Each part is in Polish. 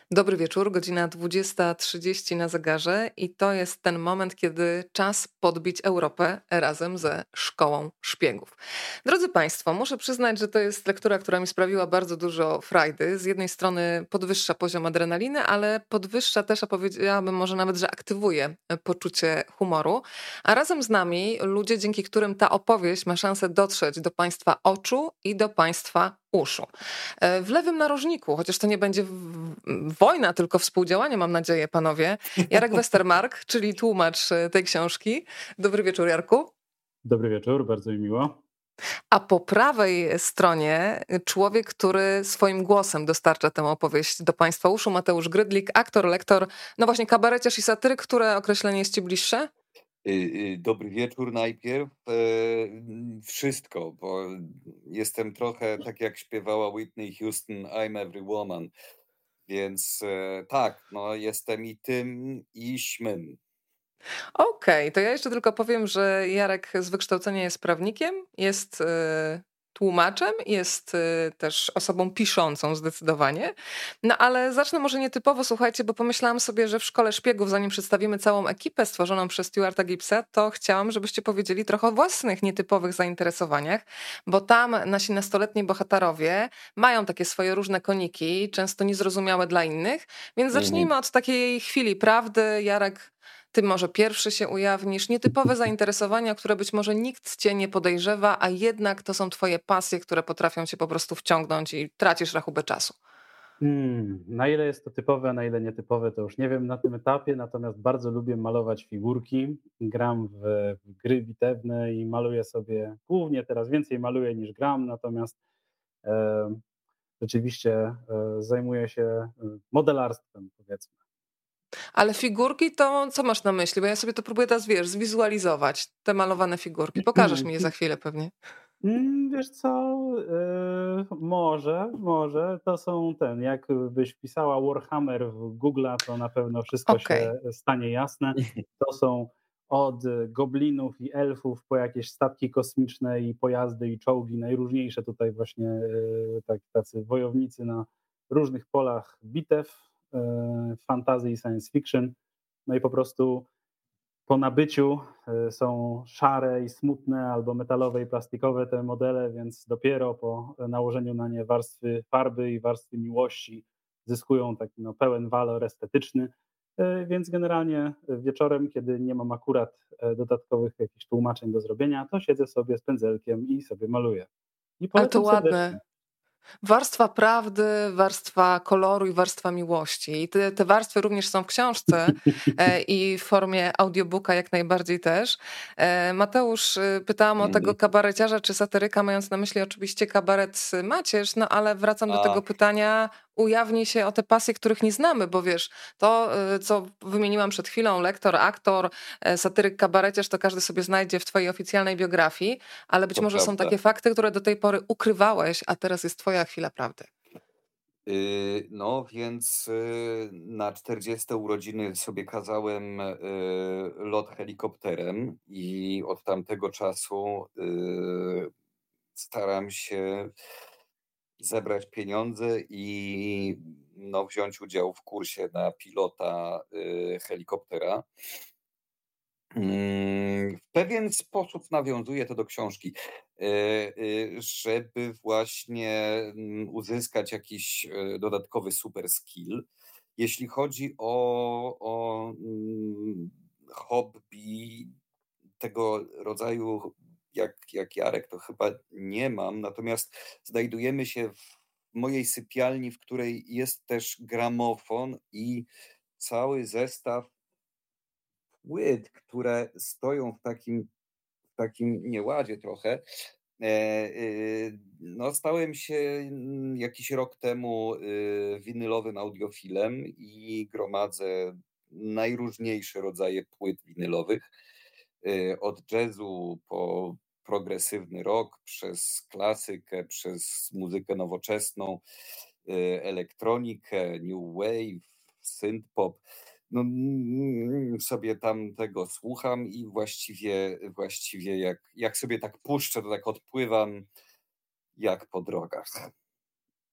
Dobry wieczór, godzina 20:30 na zegarze i to jest ten moment, kiedy czas podbić Europę razem ze Szkołą Szpiegów. Drodzy Państwo, muszę przyznać, że to jest lektura, która mi sprawiła bardzo dużo frajdy. Z jednej strony podwyższa poziom adrenaliny, ale podwyższa też, a powiedziałabym może nawet, że aktywuje poczucie humoru. A razem z nami ludzie, dzięki którym ta opowieść ma szansę dotrzeć do Państwa oczu i do Państwa uszu. W lewym narożniku, chociaż to nie będzie wojna, tylko współdziałanie, mam nadzieję, panowie. Jarek Westermark, czyli tłumacz tej książki. Dobry wieczór, Jarku. Dobry wieczór, bardzo mi miło. A po prawej stronie człowiek, który swoim głosem dostarcza tę opowieść do Państwa uszu, Mateusz Grydlik, aktor, lektor, no właśnie kabareciarz i satyryk. Które określenie jest Ci bliższe? Dobry wieczór najpierw. Wszystko, bo jestem trochę tak jak śpiewała Whitney Houston, I'm every woman. Więc tak, no jestem i tym, i śmym. Okej, to ja jeszcze tylko powiem, że Jarek z wykształcenia jest prawnikiem, jest tłumaczem, jest też osobą piszącą zdecydowanie. No ale zacznę może nietypowo, słuchajcie, bo pomyślałam sobie, że w Szkole Szpiegów, zanim przedstawimy całą ekipę stworzoną przez Stuarta Gibbsa, to chciałam, żebyście powiedzieli trochę o własnych nietypowych zainteresowaniach, bo tam nasi nastoletni bohaterowie mają takie swoje różne koniki, często niezrozumiałe dla innych, więc zacznijmy od takiej chwili prawdy. Jarek, ty może pierwszy się ujawnisz. Nietypowe zainteresowania, które być może nikt cię nie podejrzewa, a jednak to są twoje pasje, które potrafią cię po prostu wciągnąć i tracisz rachubę czasu. Na ile jest to typowe, a na ile nietypowe, to już nie wiem na tym etapie, natomiast bardzo lubię malować figurki. Gram w gry bitewne i maluję sobie, głównie teraz więcej maluję niż gram, natomiast e, rzeczywiście zajmuję się modelarstwem, powiedzmy. Ale figurki to co masz na myśli? Bo ja sobie to próbuję teraz, wiesz, zwizualizować, te malowane figurki. Pokażesz mi je za chwilę pewnie. Wiesz co, może. To są jakbyś wpisała Warhammer w Google'a, to na pewno wszystko Okej. się stanie jasne. To są od goblinów i elfów po jakieś statki kosmiczne i pojazdy i czołgi, najróżniejsze tutaj właśnie tacy wojownicy na różnych polach bitew, fantasy i science fiction. No i po prostu po nabyciu są szare i smutne albo metalowe i plastikowe te modele, więc dopiero po nałożeniu na nie warstwy farby i warstwy miłości zyskują taki pełen walor estetyczny. Więc generalnie wieczorem, kiedy nie mam akurat dodatkowych jakichś tłumaczeń do zrobienia, to siedzę sobie z pędzelkiem i sobie maluję. I Ale to polecam ładne. serdecznie. Warstwa prawdy, warstwa koloru i warstwa miłości. I te warstwy również są w książce i w formie audiobooka jak najbardziej też. Mateusz, pytałam o tego kabareciarza czy satyryka, mając na myśli oczywiście kabaret macierz, no ale wracam do tego Ach, pytania, ujawnij się o te pasje, których nie znamy, bo wiesz, to co wymieniłam przed chwilą, lektor, aktor, satyryk, kabareciarz, to każdy sobie znajdzie w twojej oficjalnej biografii, ale być to może są prawda. takie fakty, które do tej pory ukrywałeś, a teraz jest twoja chwila prawdy. No więc na 40 urodziny sobie kazałem lot helikopterem i od tamtego czasu staram się zebrać pieniądze i no, wziąć udział w kursie na pilota helikoptera. W pewien sposób nawiązuje to do książki, żeby właśnie uzyskać jakiś dodatkowy super skill. Jeśli chodzi o hobby tego rodzaju jak Jarek, to chyba nie mam. Natomiast znajdujemy się w mojej sypialni, w której jest też gramofon i cały zestaw płyt, które stoją w takim nieładzie trochę. No, stałem się jakiś rok temu winylowym audiofilem i gromadzę najróżniejsze rodzaje płyt winylowych. Od jazzu po progresywny rock, przez klasykę, przez muzykę nowoczesną, elektronikę, new wave, synth-pop. No, sobie tam tego słucham i właściwie jak sobie tak puszczę, to tak odpływam jak po drogach.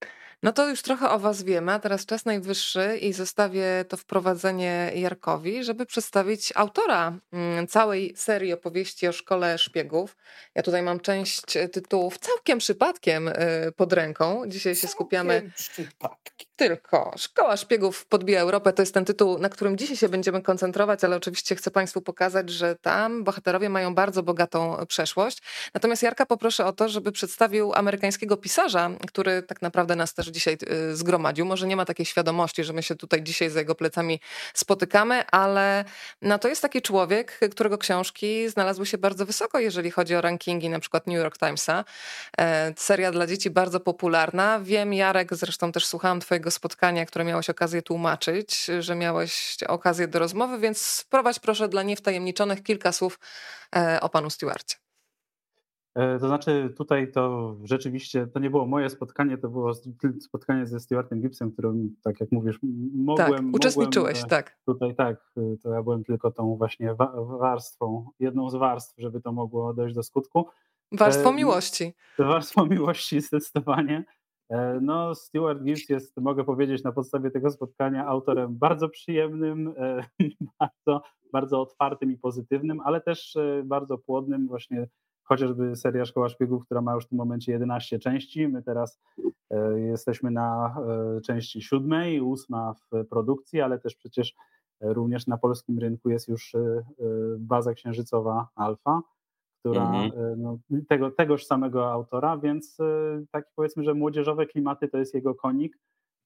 No to już trochę o was wiemy, a teraz czas najwyższy i zostawię to wprowadzenie Jarkowi, żeby przedstawić autora całej serii opowieści o Szkole Szpiegów. Ja tutaj mam część tytułów całkiem przypadkiem pod ręką. Dzisiaj się skupiamy Całkiem przypadki. tylko. Szkoła Szpiegów podbija Europę to jest ten tytuł, na którym dzisiaj się będziemy koncentrować, ale oczywiście chcę Państwu pokazać, że tam bohaterowie mają bardzo bogatą przeszłość. Natomiast Jarka poproszę o to, żeby przedstawił amerykańskiego pisarza, który tak naprawdę nas też dzisiaj zgromadził. Może nie ma takiej świadomości, że my się tutaj dzisiaj za jego plecami spotykamy, ale no to jest taki człowiek, którego książki znalazły się bardzo wysoko, jeżeli chodzi o rankingi na przykład New York Timesa. Seria dla dzieci bardzo popularna. Wiem, Jarek, zresztą też słuchałam twojego spotkania, które miałeś okazję tłumaczyć, że miałeś okazję do rozmowy, więc wprowadź proszę dla niewtajemniczonych kilka słów o panu Stewarcie. To znaczy tutaj to rzeczywiście, to nie było moje spotkanie, to było spotkanie ze Stewartem Gibbsem, którym, tak jak mówisz, uczestniczyłeś, tak. Tutaj to ja byłem tylko tą właśnie warstwą, jedną z warstw, żeby to mogło dojść do skutku. Warstwą miłości. Warstwą miłości zdecydowanie. No, Stewart Gibbs jest, mogę powiedzieć, na podstawie tego spotkania autorem bardzo przyjemnym, bardzo otwartym i pozytywnym, ale też bardzo płodnym, właśnie chociażby seria Szkoła Szpiegów, która ma już w tym momencie 11 części. My teraz jesteśmy na części 7, 8 w produkcji, ale też przecież również na polskim rynku jest już baza księżycowa Alfa, która no, tegoż samego autora, więc tak powiedzmy, że młodzieżowe klimaty to jest jego konik.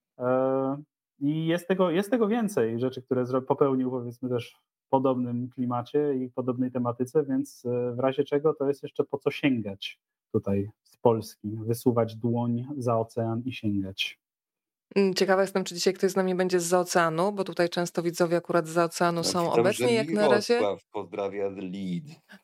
I jest tego więcej rzeczy, które popełnił, powiedzmy, też w podobnym klimacie i podobnej tematyce, więc w razie czego to jest jeszcze po co sięgać tutaj z Polski, wysuwać dłoń za ocean i sięgać. Ciekawa jestem, czy dzisiaj ktoś z nami będzie z oceanu, bo tutaj często widzowie akurat z oceanu są obecni. Jak na razie pozdrawia Lead.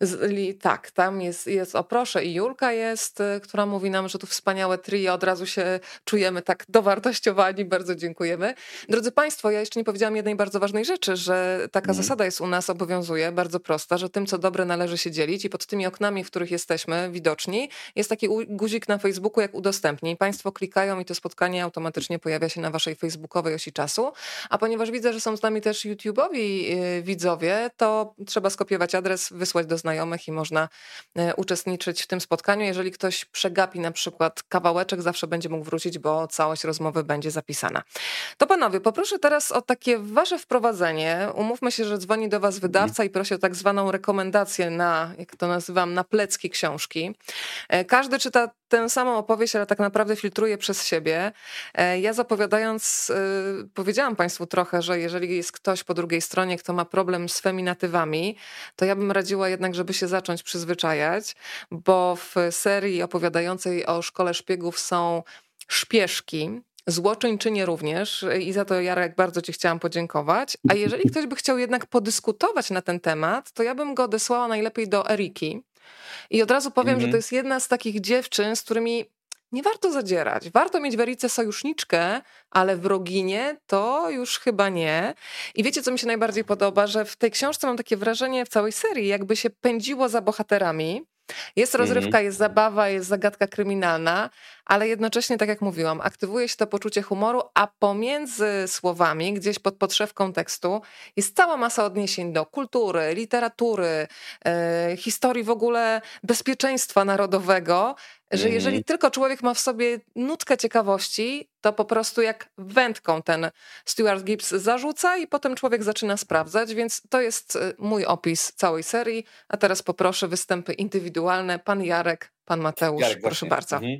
Tak, tam jest o proszę i Julka jest, która mówi nam, że tu wspaniałe trio, od razu się czujemy tak dowartościowani, bardzo dziękujemy. Drodzy Państwo, ja jeszcze nie powiedziałam jednej bardzo ważnej rzeczy, że taka zasada jest u nas, obowiązuje, bardzo prosta, że tym, co dobre, należy się dzielić i pod tymi oknami, w których jesteśmy widoczni, jest taki guzik na Facebooku jak udostępnij. Państwo klikają i to spotkanie automatycznie pojawia się na waszej facebookowej osi czasu, a ponieważ widzę, że są z nami też YouTube'owi widzowie, to trzeba skopiować adres, wysłać do znajomych i można uczestniczyć w tym spotkaniu. Jeżeli ktoś przegapi na przykład kawałeczek, zawsze będzie mógł wrócić, bo całość rozmowy będzie zapisana. To panowie, poproszę teraz o takie wasze wprowadzenie. Umówmy się, że dzwoni do was wydawca i prosi o tak zwaną rekomendację na, jak to nazywam, na plecki książki. Każdy czyta tę samą opowieść, ale tak naprawdę filtruje przez siebie. Ja zapowiadając, powiedziałam Państwu trochę, że jeżeli jest ktoś po drugiej stronie, kto ma problem z feminatywami, to ja bym radziła jednak, żeby się zacząć przyzwyczajać, bo w serii opowiadającej o Szkole Szpiegów są szpieszki, złoczyńczynie również i za to, Jarek, bardzo ci chciałam podziękować. A jeżeli ktoś by chciał jednak podyskutować na ten temat, to ja bym go odesłała najlepiej do Eriki. I od razu powiem, że to jest jedna z takich dziewczyn, z którymi nie warto zadzierać. Warto mieć w Erice sojuszniczkę, ale wroginie to już chyba nie. I wiecie, co mi się najbardziej podoba? Że w tej książce mam takie wrażenie, w całej serii, jakby się pędziło za bohaterami. Jest rozrywka, jest zabawa, jest zagadka kryminalna, ale jednocześnie, tak jak mówiłam, aktywuje się to poczucie humoru, a pomiędzy słowami, gdzieś pod podszewką tekstu, jest cała masa odniesień do kultury, literatury, historii w ogóle bezpieczeństwa narodowego, że jeżeli tylko człowiek ma w sobie nutkę ciekawości, to po prostu jak wędką ten Stewart Gibbs zarzuca i potem człowiek zaczyna sprawdzać, więc to jest mój opis całej serii. A teraz poproszę występy indywidualne. Pan Jarek, pan Mateusz, Jarek, proszę właśnie. bardzo.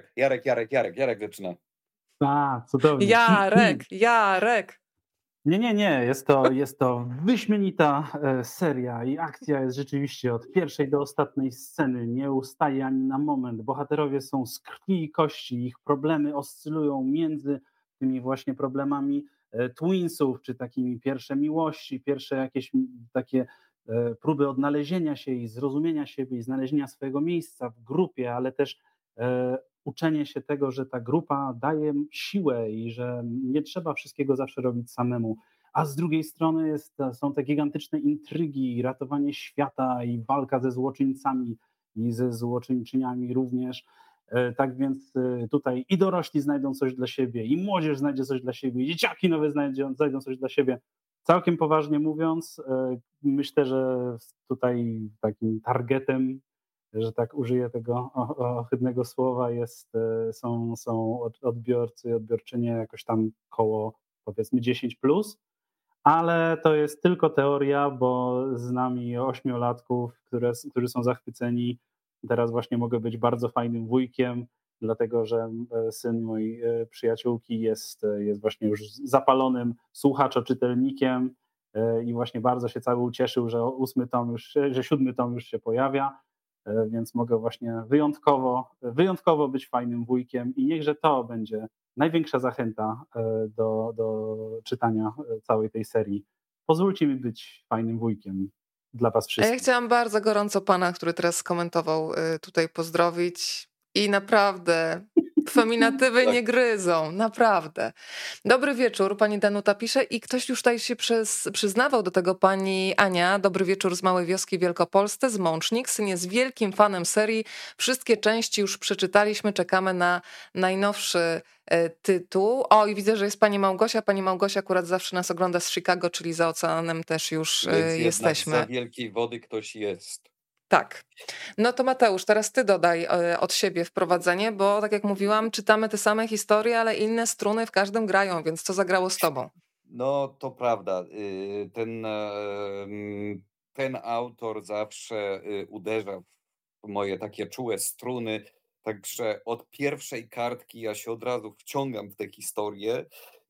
Jarek zaczyna. Cudownie. Jarek. Nie, jest to wyśmienita seria i akcja jest rzeczywiście od pierwszej do ostatniej sceny, nie ustaje ani na moment. Bohaterowie są z krwi i kości, ich problemy oscylują między tymi właśnie problemami twinsów, czy takimi pierwsze miłości, pierwsze jakieś takie próby odnalezienia się i zrozumienia siebie i znalezienia swojego miejsca w grupie, ale też uczenie się tego, że ta grupa daje siłę i że nie trzeba wszystkiego zawsze robić samemu. A z drugiej strony są te gigantyczne intrygi, ratowanie świata i walka ze złoczyńcami i ze złoczyńczyniami również. Tak więc tutaj i dorośli znajdą coś dla siebie, i młodzież znajdzie coś dla siebie, i dzieciaki nowe znajdą coś dla siebie. Całkiem poważnie mówiąc, myślę, że tutaj takim targetem, że tak użyję tego ohydnego słowa, są odbiorcy i odbiorczynie jakoś tam koło powiedzmy 10+, ale to jest tylko teoria, bo z nami 8-latków, którzy są zachwyceni. Teraz właśnie mogę być bardzo fajnym wujkiem, dlatego że syn mojej przyjaciółki jest właśnie już zapalonym słuchaczo-czytelnikiem i właśnie bardzo się cały ucieszył, że 7 tom już się pojawia, więc mogę właśnie wyjątkowo być fajnym wujkiem i niechże to będzie największa zachęta do czytania całej tej serii. Pozwólcie mi być fajnym wujkiem dla was A ja wszystkich. chciałam bardzo gorąco pana, który teraz komentował, tutaj pozdrowić i naprawdę feminatywy Tak. nie gryzą, naprawdę. Dobry wieczór, pani Danuta pisze i ktoś już tutaj się przyznawał do tego, pani Ania. Dobry wieczór z małej wioski w Wielkopolsce, z Mącznik. Syn jest wielkim fanem serii. Wszystkie części już przeczytaliśmy, czekamy na najnowszy tytuł. O, i widzę, że jest pani Małgosia. Pani Małgosia akurat zawsze nas ogląda z Chicago, czyli za oceanem też już Więc jesteśmy. jednak za wielkiej wody ktoś jest. Tak. No to Mateusz, teraz ty dodaj od siebie wprowadzenie, bo tak jak mówiłam, czytamy te same historie, ale inne struny w każdym grają, więc co zagrało z tobą? No to prawda. Ten autor zawsze uderza w moje takie czułe struny, także od pierwszej kartki ja się od razu wciągam w tę historię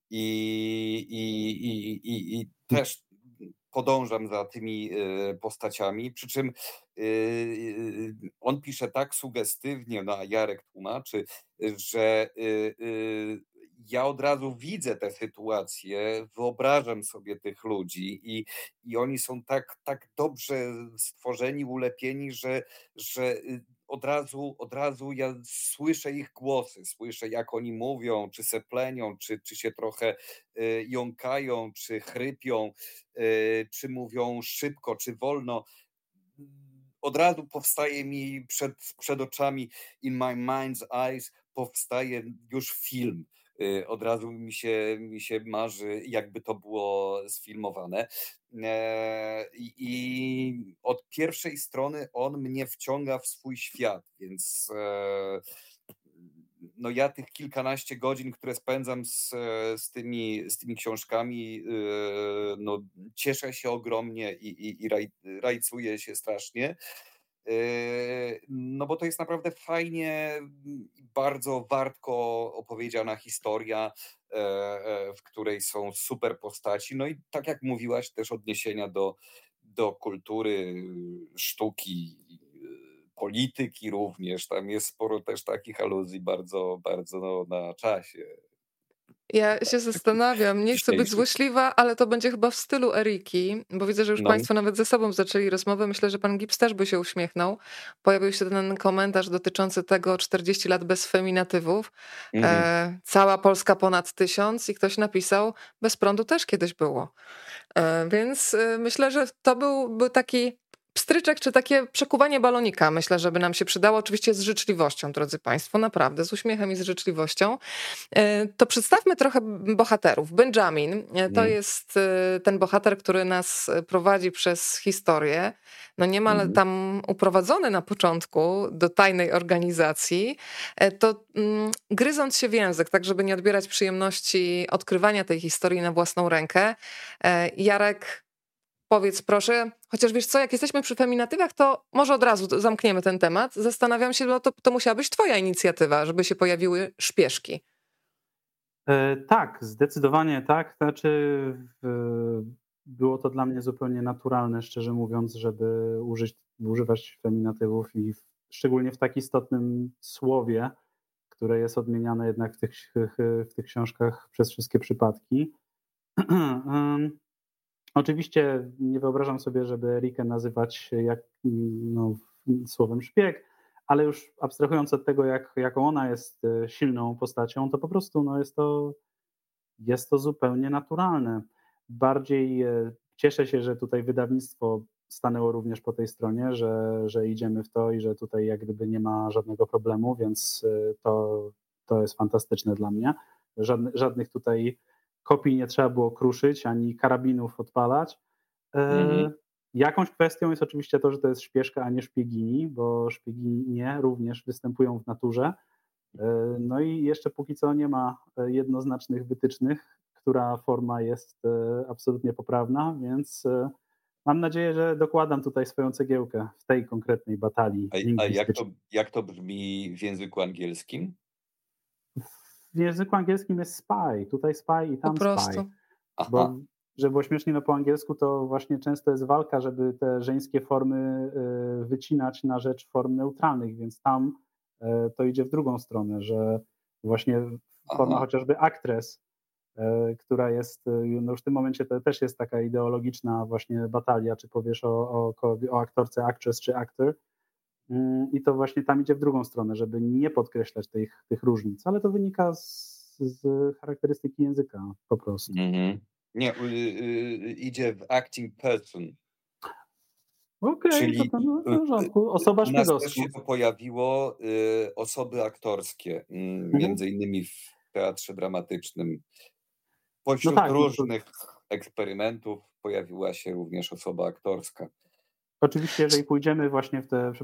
i też podążam za tymi postaciami, przy czym on pisze tak sugestywnie, no a Jarek tłumaczy, że ja od razu widzę tę sytuację, wyobrażam sobie tych ludzi i oni są tak dobrze stworzeni, ulepieni, że od razu ja słyszę ich głosy, słyszę jak oni mówią, czy se plenią, czy się trochę jąkają, czy chrypią, czy mówią szybko, czy wolno. Od razu powstaje mi przed oczami, in my mind's eyes, powstaje już film. Od razu mi się marzy, jakby to było sfilmowane. I od pierwszej strony on mnie wciąga w swój świat, więc no ja tych kilkanaście godzin, które spędzam z tymi książkami, no cieszę się ogromnie i rajcuję się strasznie. No bo to jest naprawdę fajnie, bardzo wartko opowiedziana historia, w której są super postaci. No i tak jak mówiłaś, też odniesienia do kultury, sztuki, polityki również. Tam jest sporo też takich aluzji bardzo, bardzo na czasie. Ja się zastanawiam, nie chcę być złośliwa, ale to będzie chyba w stylu Eriki, bo widzę, że już państwo nawet ze sobą zaczęli rozmowę. Myślę, że pan Gibbs też by się uśmiechnął. Pojawił się ten komentarz dotyczący tego 40 lat bez feminatywów. Cała Polska ponad 1000 i ktoś napisał, bez prądu też kiedyś było. Więc myślę, że to był taki pstryczek, czy takie przekuwanie balonika, myślę, żeby nam się przydało. Oczywiście z życzliwością, drodzy państwo, naprawdę, z uśmiechem i z życzliwością. To przedstawmy trochę bohaterów. Benjamin to jest ten bohater, który nas prowadzi przez historię. No niemal tam uprowadzony na początku do tajnej organizacji, to gryząc się w język, tak żeby nie odbierać przyjemności odkrywania tej historii na własną rękę. Jarek, powiedz proszę, chociaż wiesz co, jak jesteśmy przy feminatywach, to może od razu zamkniemy ten temat. Zastanawiam się, bo to musiała być twoja inicjatywa, żeby się pojawiły szpieszki. Tak, zdecydowanie tak. Znaczy było to dla mnie zupełnie naturalne, szczerze mówiąc, żeby używać feminatywów i szczególnie w tak istotnym słowie, które jest odmieniane jednak w tych książkach przez wszystkie przypadki. Oczywiście nie wyobrażam sobie, żeby Erikę nazywać słowem szpieg, ale już abstrahując od tego, jaką ona jest silną postacią, to po prostu jest to zupełnie naturalne. Bardziej cieszę się, że tutaj wydawnictwo stanęło również po tej stronie, że idziemy w to i że tutaj jak gdyby nie ma żadnego problemu, więc to jest fantastyczne dla mnie. Żadnych tutaj kopii nie trzeba było kruszyć, ani karabinów odpalać. Jakąś kwestią jest oczywiście to, że to jest szpieszka, a nie szpiegini, bo szpieginie również występują w naturze. No i jeszcze póki co nie ma jednoznacznych wytycznych, która forma jest absolutnie poprawna, więc mam nadzieję, że dokładam tutaj swoją cegiełkę w tej konkretnej batalii A lingwistycznej. jak to brzmi w języku angielskim? W języku angielskim jest spy, tutaj spy i tam Po prostu. spy. Bo żeby było śmiesznie, no po angielsku to właśnie często jest walka, żeby te żeńskie formy wycinać na rzecz form neutralnych, więc tam to idzie w drugą stronę, że właśnie forma chociażby actress, która jest, no już w tym momencie to też jest taka ideologiczna właśnie batalia, czy powiesz o aktorce actress czy actor, i to właśnie tam idzie w drugą stronę, żeby nie podkreślać tych różnic, ale to wynika z charakterystyki języka po prostu. Nie, idzie w acting person. Okej, to w porządku. Osoba szpiegowska. U nas też się to pojawiło, osoby aktorskie, między innymi w teatrze dramatycznym. Pośród różnych eksperymentów pojawiła się również osoba aktorska. Oczywiście, jeżeli pójdziemy właśnie w te,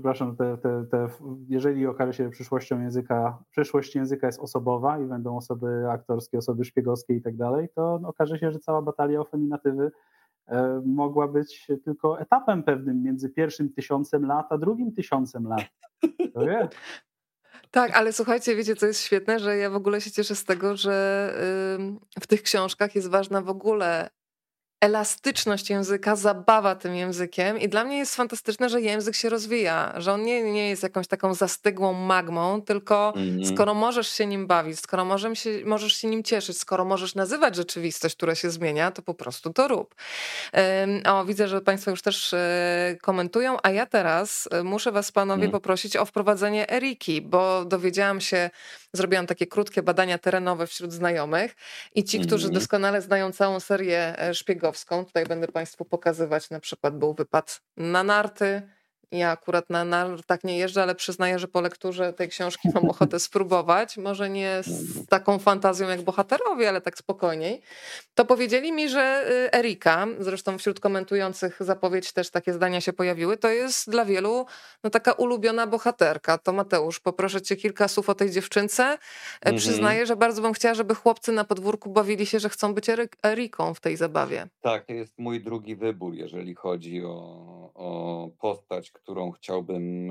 jeżeli okaże się, że przyszłość języka jest osobowa i będą osoby aktorskie, osoby szpiegowskie i tak dalej, to okaże się, że cała batalia o feminatywy mogła być tylko etapem pewnym między pierwszym 1000 lat a drugim 1000 lat. To wie? Tak, ale słuchajcie, wiecie, co jest świetne, że ja w ogóle się cieszę z tego, że w tych książkach jest ważna w ogóle elastyczność języka, zabawa tym językiem i dla mnie jest fantastyczne, że język się rozwija, że on nie jest jakąś taką zastygłą magmą, tylko skoro możesz się nim bawić, skoro możesz się nim cieszyć, skoro możesz nazywać rzeczywistość, która się zmienia, to po prostu to rób. Widzę, że państwo już też komentują, a ja teraz muszę was, panowie, poprosić o wprowadzenie Eriki, bo dowiedziałam się, zrobiłam takie krótkie badania terenowe wśród znajomych i ci, którzy doskonale znają całą serię szpiegowską, tutaj będę państwu pokazywać, na przykład był wypad na narty. Ja akurat na nartach nie jeżdżę, ale przyznaję, że po lekturze tej książki mam ochotę spróbować. Może nie z taką fantazją jak bohaterowie, ale tak spokojniej. To powiedzieli mi, że Erika, zresztą wśród komentujących zapowiedź też takie zdania się pojawiły, to jest dla wielu taka ulubiona bohaterka. To Mateusz, poproszę cię kilka słów o tej dziewczynce. Przyznaję, że bardzo bym chciała, żeby chłopcy na podwórku bawili się, że chcą być Eriką w tej zabawie. Tak, to jest mój drugi wybór, jeżeli chodzi o postać, którą chciałbym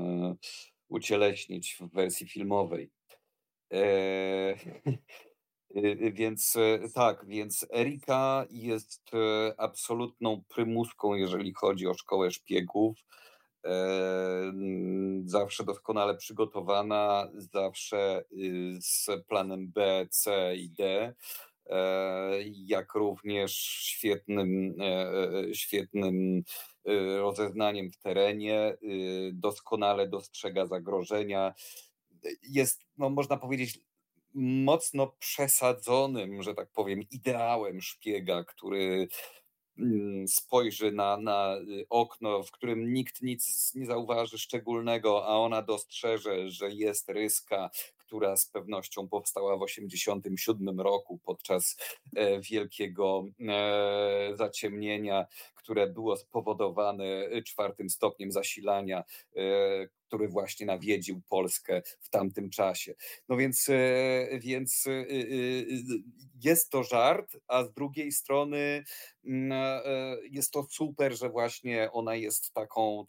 ucieleśnić w wersji filmowej. Więc Erika jest absolutną prymuską, jeżeli chodzi o szkołę szpiegów. Zawsze doskonale przygotowana, zawsze z planem B, C i D, jak również świetnym rozeznaniem w terenie, doskonale dostrzega zagrożenia. Jest, no, można powiedzieć, mocno przesadzonym, że tak powiem, ideałem szpiega, który spojrzy na okno, w którym nikt nic nie zauważy szczególnego, a ona dostrzeże, że jest ryska, która z pewnością powstała w 1987 roku podczas wielkiego zaciemnienia, które było spowodowane 4. stopniem zasilania, który właśnie nawiedził Polskę w tamtym czasie. No więc jest to żart, a z drugiej strony jest to super, że właśnie ona jest taką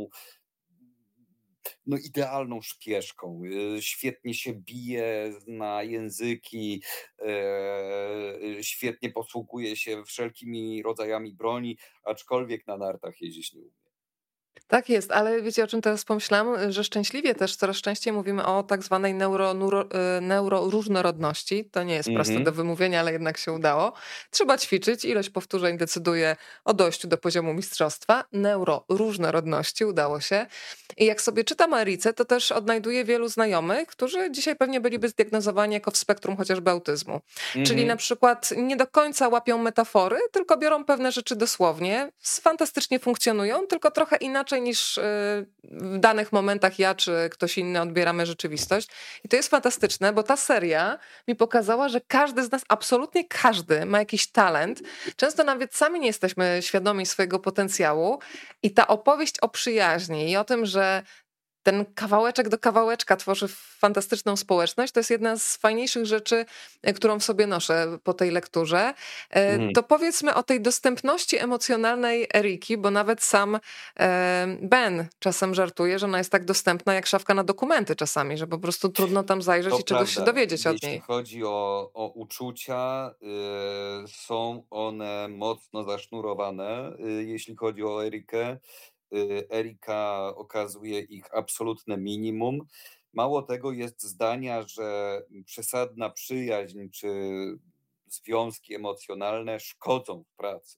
no idealną szpieszką. Świetnie się bije, zna języki, świetnie posługuje się wszelkimi rodzajami broni, aczkolwiek na nartach jeździć nie umie. Tak jest, ale wiecie, o czym teraz pomyślałam? Że szczęśliwie też coraz częściej mówimy o tak zwanej neuroróżnorodności. To nie jest proste do Mhm. wymówienia, ale jednak się udało. Trzeba ćwiczyć, ilość powtórzeń decyduje o dojściu do poziomu mistrzostwa. Neuroróżnorodności udało się. I jak sobie czytam o Erice, to też odnajduję wielu znajomych, którzy dzisiaj pewnie byliby zdiagnozowani jako w spektrum chociażby autyzmu. Czyli na Mhm. przykład nie do końca łapią metafory, tylko biorą pewne rzeczy dosłownie, fantastycznie funkcjonują, tylko trochę inaczej niż w danych momentach ja czy ktoś inny odbieramy rzeczywistość. I to jest fantastyczne, bo ta seria mi pokazała, że każdy z nas, absolutnie każdy ma jakiś talent. Często nawet sami nie jesteśmy świadomi swojego potencjału i ta opowieść o przyjaźni i o tym, że ten kawałeczek do kawałeczka tworzy fantastyczną społeczność. To jest jedna z fajniejszych rzeczy, którą w sobie noszę po tej lekturze. Mhm. To powiedzmy o tej dostępności emocjonalnej Eriki, bo nawet sam Ben czasem żartuje, że ona jest tak dostępna jak szafka na dokumenty czasami, że po prostu trudno tam zajrzeć To i czegoś się prawda. dowiedzieć od Jeśli niej. chodzi o uczucia, są one mocno zasznurowane. Jeśli chodzi o Erikę, Erika okazuje ich absolutne minimum. Mało tego, jest zdania, że przesadna przyjaźń czy związki emocjonalne szkodzą w pracy.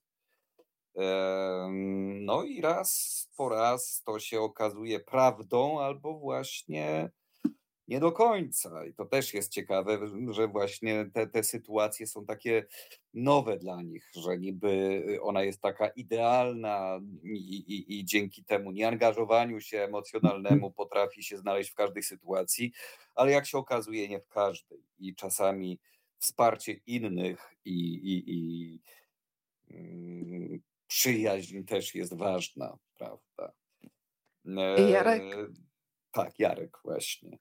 No i raz po raz to się okazuje prawdą albo właśnie nie do końca. I to też jest ciekawe, że właśnie te sytuacje są takie nowe dla nich, że niby ona jest taka idealna i dzięki temu nieangażowaniu się emocjonalnemu potrafi się znaleźć w każdej sytuacji, ale jak się okazuje, nie w każdej. I czasami wsparcie innych przyjaźń też jest ważna, prawda? Jarek, Eee, tak, Jarek właśnie.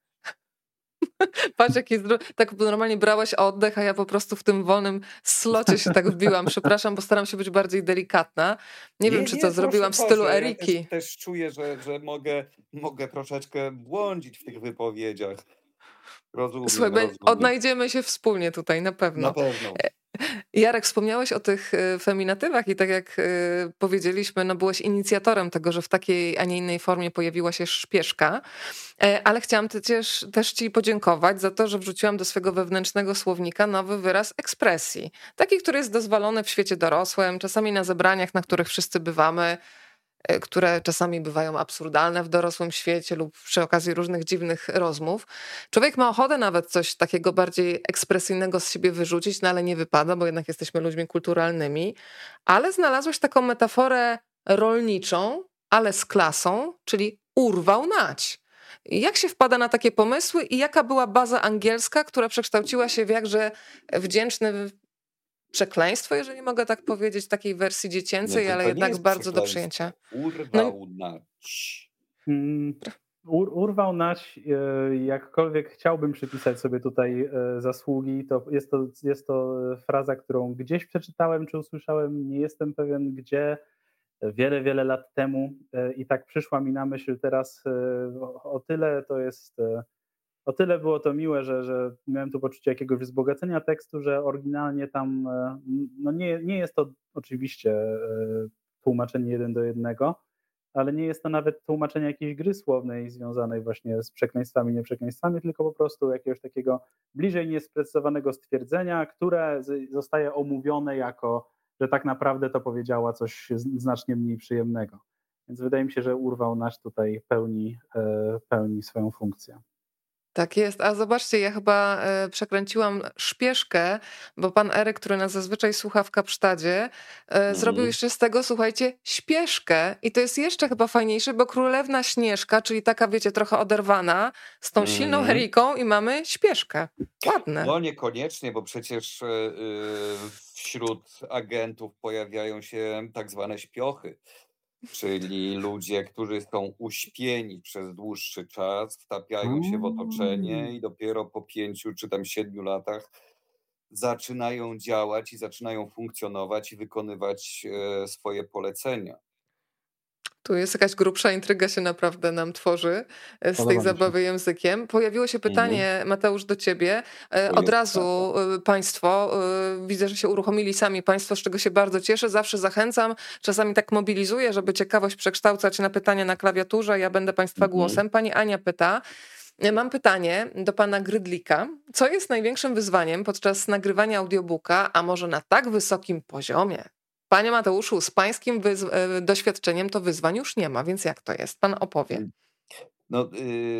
patrz jaki tak normalnie brałeś oddech, a ja po prostu w tym wolnym slocie się tak wbiłam. Przepraszam, bo staram się być bardziej delikatna. Nie wiem, Nie, czy to nie, proszę, zrobiłam w stylu proszę. Ja Eriki. też czuję, że mogę troszeczkę błądzić w tych wypowiedziach. Słuchaj, Rozumiem, rozumiem. odnajdziemy się wspólnie tutaj, na Na pewno. pewno. Jarek, wspomniałeś o tych feminatywach i tak jak powiedzieliśmy, no byłeś inicjatorem tego, że w takiej, a nie innej formie pojawiła się szpieszka, ale chciałam też ci podziękować za to, że wrzuciłam do swojego wewnętrznego słownika nowy wyraz ekspresji. Taki, który jest dozwolony w świecie dorosłym, czasami na zebraniach, na których wszyscy bywamy, które czasami bywają absurdalne w dorosłym świecie lub przy okazji różnych dziwnych rozmów. Człowiek ma ochotę nawet coś takiego bardziej ekspresyjnego z siebie wyrzucić, no ale nie wypada, bo jednak jesteśmy ludźmi kulturalnymi. Ale znalazłeś taką metaforę rolniczą, ale z klasą, czyli urwał nać. Jak się wpada na takie pomysły i jaka była baza angielska, która przekształciła się w jakże wdzięczny przekleństwo, jeżeli mogę tak powiedzieć, takiej wersji Nie, dziecięcej, to, ale to nie jednak jest bardzo do przyjęcia. przekleństwo. No, Urwał nać. Mm, Urwał nać, jakkolwiek chciałbym przypisać sobie tutaj zasługi, to jest to fraza, którą gdzieś przeczytałem czy usłyszałem, nie jestem pewien gdzie, wiele, wiele lat temu i tak przyszła mi na myśl teraz. O tyle to jest, o tyle było to miłe, że miałem tu poczucie jakiegoś wzbogacenia tekstu, że oryginalnie tam, no nie jest to oczywiście tłumaczenie 1 do 1, ale nie jest to nawet tłumaczenie jakiejś gry słownej związanej właśnie z przekleństwami, nieprzekleństwami, tylko po prostu jakiegoś takiego bliżej niesprecyzowanego stwierdzenia, które zostaje omówione jako, że tak naprawdę to powiedziała coś znacznie mniej przyjemnego. Więc wydaje mi się, że urwał nasz tutaj pełni swoją funkcję. tak jest. A zobaczcie, ja chyba przekręciłam szpieszkę, bo pan Eryk, który nas zazwyczaj słucha w Kapsztadzie, zrobił Mhm. jeszcze z tego, słuchajcie, śpieszkę. I to jest jeszcze chyba fajniejsze, bo królewna Śnieżka, czyli taka, wiecie, trochę oderwana, z tą silną Mhm. Eryką i mamy śpieszkę. Ładne. No niekoniecznie, bo przecież wśród agentów pojawiają się tak zwane śpiochy, czyli ludzie, którzy są uśpieni przez dłuższy czas, wtapiają się w otoczenie i dopiero po 5 czy tam 7 latach zaczynają działać i zaczynają funkcjonować i wykonywać swoje polecenia. Tu jest jakaś grubsza intryga się naprawdę nam tworzy z Podoba tej mi się. zabawy językiem. Pojawiło się pytanie, Mateusz, do ciebie. To Od jest razu państwo, widzę, że się uruchomili sami państwo, z czego się bardzo cieszę. Zawsze zachęcam, czasami tak mobilizuję, żeby ciekawość przekształcać na pytania na klawiaturze. Ja będę państwa głosem. Pani Ania pyta, mam pytanie do pana Grydlika. Co jest największym wyzwaniem podczas nagrywania audiobooka, a może na tak wysokim poziomie? Panie Mateuszu, z pańskim doświadczeniem to wyzwań już nie ma, więc jak to jest? Pan opowie. No,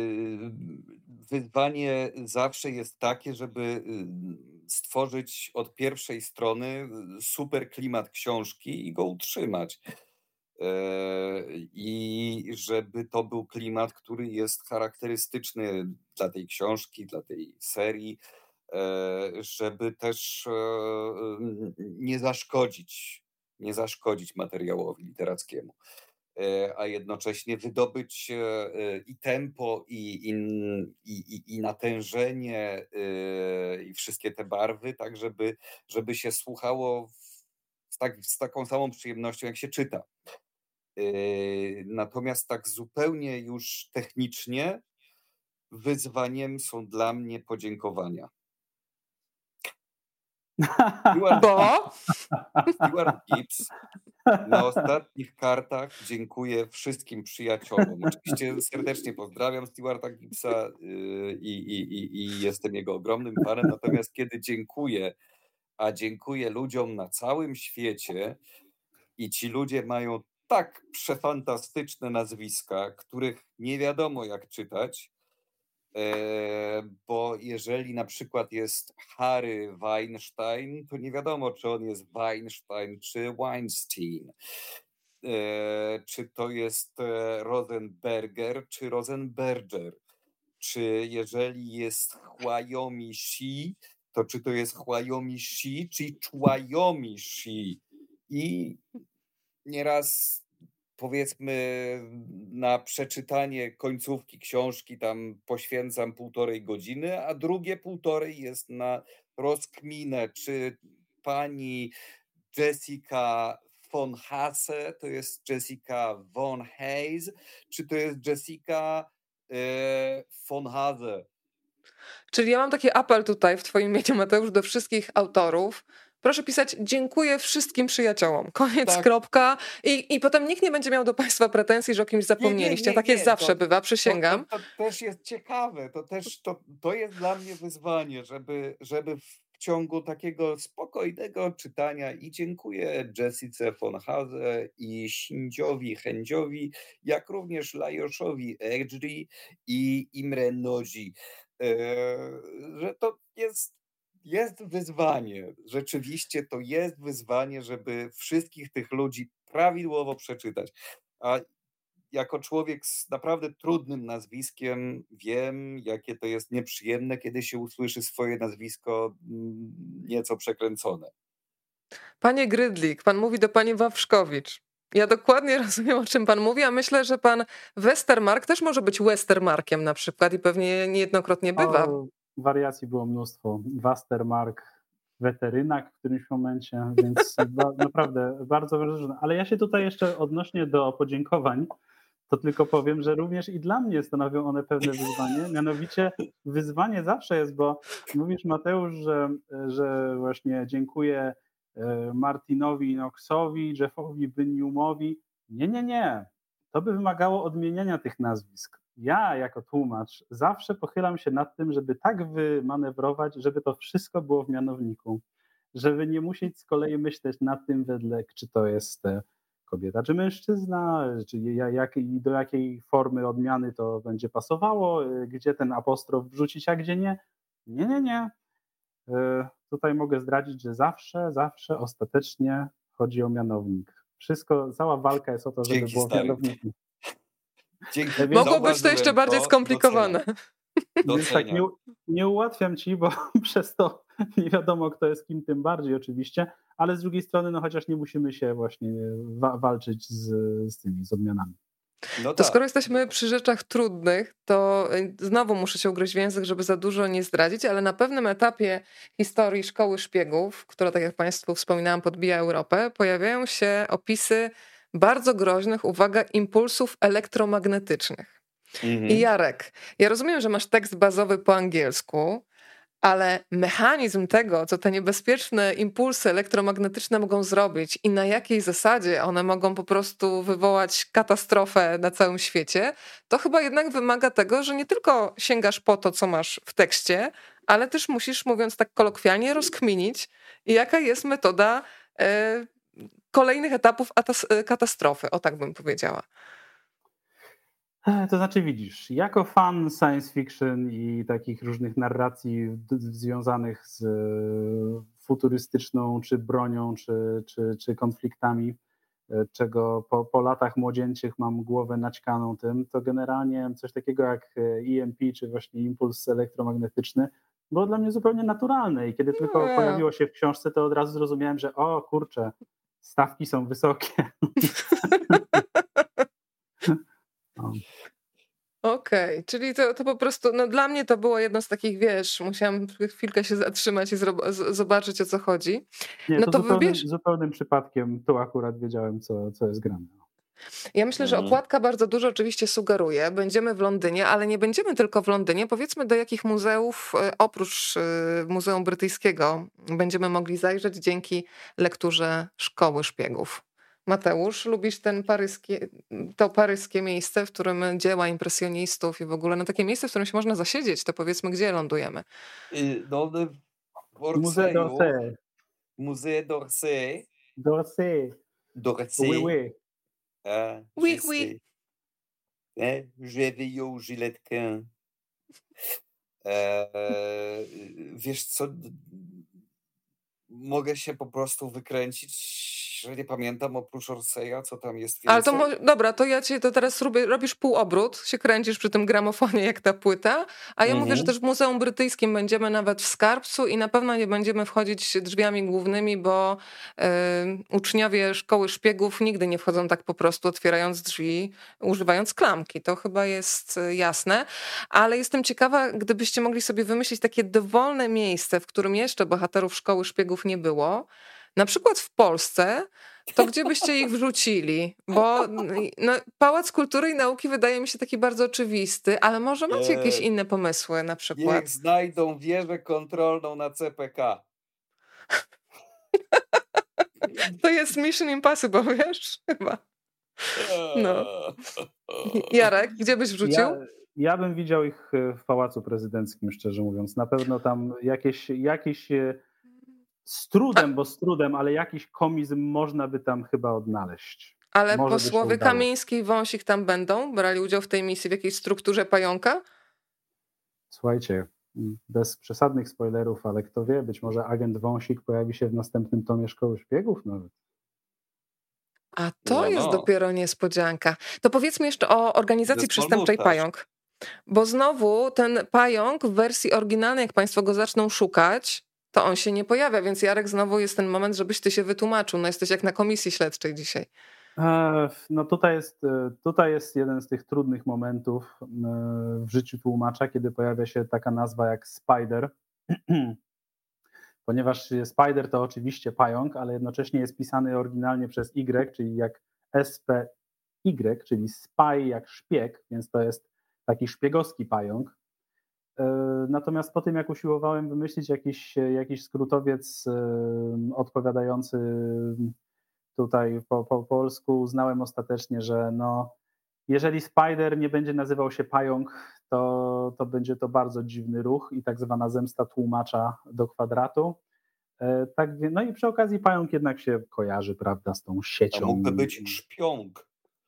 wyzwanie zawsze jest takie, żeby stworzyć od pierwszej strony super klimat książki i go utrzymać. I żeby to był klimat, który jest charakterystyczny dla tej książki, dla tej serii, żeby też nie zaszkodzić materiałowi literackiemu, a jednocześnie wydobyć i tempo, i natężenie, i wszystkie te barwy, tak żeby się słuchało z taką samą przyjemnością, jak się czyta. Natomiast tak zupełnie już technicznie wyzwaniem są dla mnie podziękowania. Stewart Gibbs na ostatnich kartach dziękuję wszystkim przyjaciołom. Oczywiście serdecznie pozdrawiam Stewarta Gibbsa i jestem jego ogromnym fanem, natomiast kiedy dziękuję ludziom na całym świecie i ci ludzie mają tak przefantastyczne nazwiska, których nie wiadomo jak czytać, bo jeżeli na przykład jest Harry Weinstein, to nie wiadomo, czy on jest Weinstein, czy Weinstein. Czy to jest Rosenberger, czy Rosenberger. Czy jeżeli jest Hwayomi Shi, to czy to jest Hwayomi Shi, czy Chwayomi Shi. I nieraz powiedzmy na przeczytanie końcówki książki tam poświęcam 1,5 godziny, a drugie 1,5 jest na rozkminę, czy pani Jessica von Hase to jest Jessica von Hayes, czy to jest Jessica von Hase. Czyli ja mam taki apel tutaj w twoim imieniu, Mateusz, do wszystkich autorów. Proszę pisać dziękuję wszystkim przyjaciołom. Koniec, Tak. kropka. I potem nikt nie będzie miał do państwa pretensji, że o kimś zapomnieliście. Tak jest zawsze bywa, przysięgam. To też jest ciekawe. To jest dla mnie wyzwanie, żeby w ciągu takiego spokojnego czytania i dziękuję Jessice von Hase i Shindziowi Hędziowi, jak również Lajoszowi Erdzi i Imre Nozi, że to jest wyzwanie. Rzeczywiście to jest wyzwanie, żeby wszystkich tych ludzi prawidłowo przeczytać. A jako człowiek z naprawdę trudnym nazwiskiem wiem, jakie to jest nieprzyjemne, kiedy się usłyszy swoje nazwisko nieco przekręcone. Panie Grydlik, pan mówi do pani Wawrzkowicz. Ja dokładnie rozumiem, o czym pan mówi, a myślę, że pan Westermark też może być Westermarkiem na przykład i pewnie niejednokrotnie bywa. Wariacji było mnóstwo. Westermark, weterynak w którymś momencie, więc naprawdę bardzo różne. Ale ja się tutaj jeszcze odnośnie do podziękowań, to tylko powiem, że również i dla mnie stanowią one pewne wyzwanie. Mianowicie wyzwanie zawsze jest, bo mówisz, Mateusz, że właśnie dziękuję Martinowi Knoxowi, Jeffowi Bynjumowi. Nie. To by wymagało odmieniania tych nazwisk. Ja jako tłumacz zawsze pochylam się nad tym, żeby tak wymanewrować, żeby to wszystko było w mianowniku. Żeby nie musieć z kolei myśleć nad tym wedle, czy to jest kobieta czy mężczyzna, czy do jakiej formy odmiany to będzie pasowało, gdzie ten apostrof wrzucić, a gdzie nie. Nie. Tutaj mogę zdradzić, że zawsze ostatecznie chodzi o mianownik. Cała walka jest o to, żeby było w mianowniku. Mogło być to jeszcze bardziej skomplikowane. Więc tak nie ułatwiam ci, bo przez to nie wiadomo, kto jest kim, tym bardziej oczywiście, ale z drugiej strony, no chociaż nie musimy się właśnie walczyć z odmianami. No to skoro jesteśmy przy rzeczach trudnych, to znowu muszę się ugryźć w język, żeby za dużo nie zdradzić, ale na pewnym etapie historii Szkoły Szpiegów, która, tak jak Państwu wspominałam, podbija Europę, pojawiają się opisy bardzo groźnych, uwaga, impulsów elektromagnetycznych. I Jarek, ja rozumiem, że masz tekst bazowy po angielsku, ale mechanizm tego, co te niebezpieczne impulsy elektromagnetyczne mogą zrobić i na jakiej zasadzie one mogą po prostu wywołać katastrofę na całym świecie, to chyba jednak wymaga tego, że nie tylko sięgasz po to, co masz w tekście, ale też musisz, mówiąc tak kolokwialnie, rozkminić, jaka jest metoda kolejnych etapów katastrofy, o tak bym powiedziała. To znaczy widzisz, jako fan science fiction i takich różnych narracji związanych z futurystyczną czy bronią, czy konfliktami, czego po latach młodzieńczych mam głowę naćkaną tym, to generalnie coś takiego jak EMP, czy właśnie impuls elektromagnetyczny było dla mnie zupełnie naturalne i kiedy tylko pojawiło się w książce, to od razu zrozumiałem, że o kurczę, stawki są wysokie. Okej, czyli to po prostu, no dla mnie to było jedno z takich, wiesz, musiałam chwilkę się zatrzymać i zobaczyć, o co chodzi. Nie, no to zupełnym przypadkiem tu akurat wiedziałem, co jest grane. Ja myślę, że okładka bardzo dużo oczywiście sugeruje. Będziemy w Londynie, ale nie będziemy tylko w Londynie. Powiedzmy, do jakich muzeów oprócz Muzeum Brytyjskiego będziemy mogli zajrzeć dzięki lekturze Szkoły Szpiegów. Mateusz, lubisz to paryskie miejsce, w którym dzieła impresjonistów i w ogóle takie miejsce, w którym się można zasiedzieć, to powiedzmy, gdzie lądujemy? No, Musée d'Orsay. Musée d'Orsay. D'Orsay. Oui, oui. Oui, oui. Je vais au Giletkin. Wiesz co, mogę się po prostu wykręcić, że nie pamiętam oprócz Orseya, co tam jest więcej. Ale to dobra, to ja to teraz robisz półobrót, się kręcisz przy tym gramofonie jak ta płyta, a ja mówię, że też w Muzeum Brytyjskim będziemy nawet w skarbcu i na pewno nie będziemy wchodzić drzwiami głównymi, bo uczniowie Szkoły Szpiegów nigdy nie wchodzą tak po prostu otwierając drzwi, używając klamki. To chyba jest jasne, ale jestem ciekawa, gdybyście mogli sobie wymyślić takie dowolne miejsce, w którym jeszcze bohaterów Szkoły Szpiegów nie było, na przykład w Polsce, to gdzie byście ich wrzucili? Bo Pałac Kultury i Nauki wydaje mi się taki bardzo oczywisty, ale może macie jakieś inne pomysły na przykład? Niech znajdą wieżę kontrolną na CPK. To jest Mission Impossible, wiesz? Chyba. No. Jarek, gdzie byś wrzucił? Ja bym widział ich w Pałacu Prezydenckim, szczerze mówiąc. Na pewno tam jakieś z trudem, ale jakiś komizm można by tam chyba odnaleźć. Ale posłowie Kamiński i Wąsik tam będą? Brali udział w tej misji w jakiejś strukturze pająka? Słuchajcie, bez przesadnych spoilerów, ale kto wie, być może agent Wąsik pojawi się w następnym tomie Szkoły Szpiegów nawet. A to jest dopiero niespodzianka. To powiedzmy jeszcze o organizacji przestępczej Pająk. Bo znowu ten pająk w wersji oryginalnej, jak państwo go zaczną szukać, to on się nie pojawia, więc Jarek, znowu jest ten moment, żebyś ty się wytłumaczył. No jesteś jak na komisji śledczej dzisiaj. No tutaj jest jeden z tych trudnych momentów w życiu tłumacza, kiedy pojawia się taka nazwa jak Spider. Ponieważ Spider to oczywiście pająk, ale jednocześnie jest pisany oryginalnie przez Y, czyli jak SPY, czyli spy jak szpieg, więc to jest taki szpiegowski pająk. Natomiast po tym, jak usiłowałem wymyślić jakiś skrótowiec odpowiadający tutaj po polsku, uznałem ostatecznie, że jeżeli Spider nie będzie nazywał się pająk, to będzie to bardzo dziwny ruch i tak zwana zemsta tłumacza do kwadratu. Tak, no i przy okazji pająk jednak się kojarzy, prawda, z tą siecią. A mógłby być szpiąg.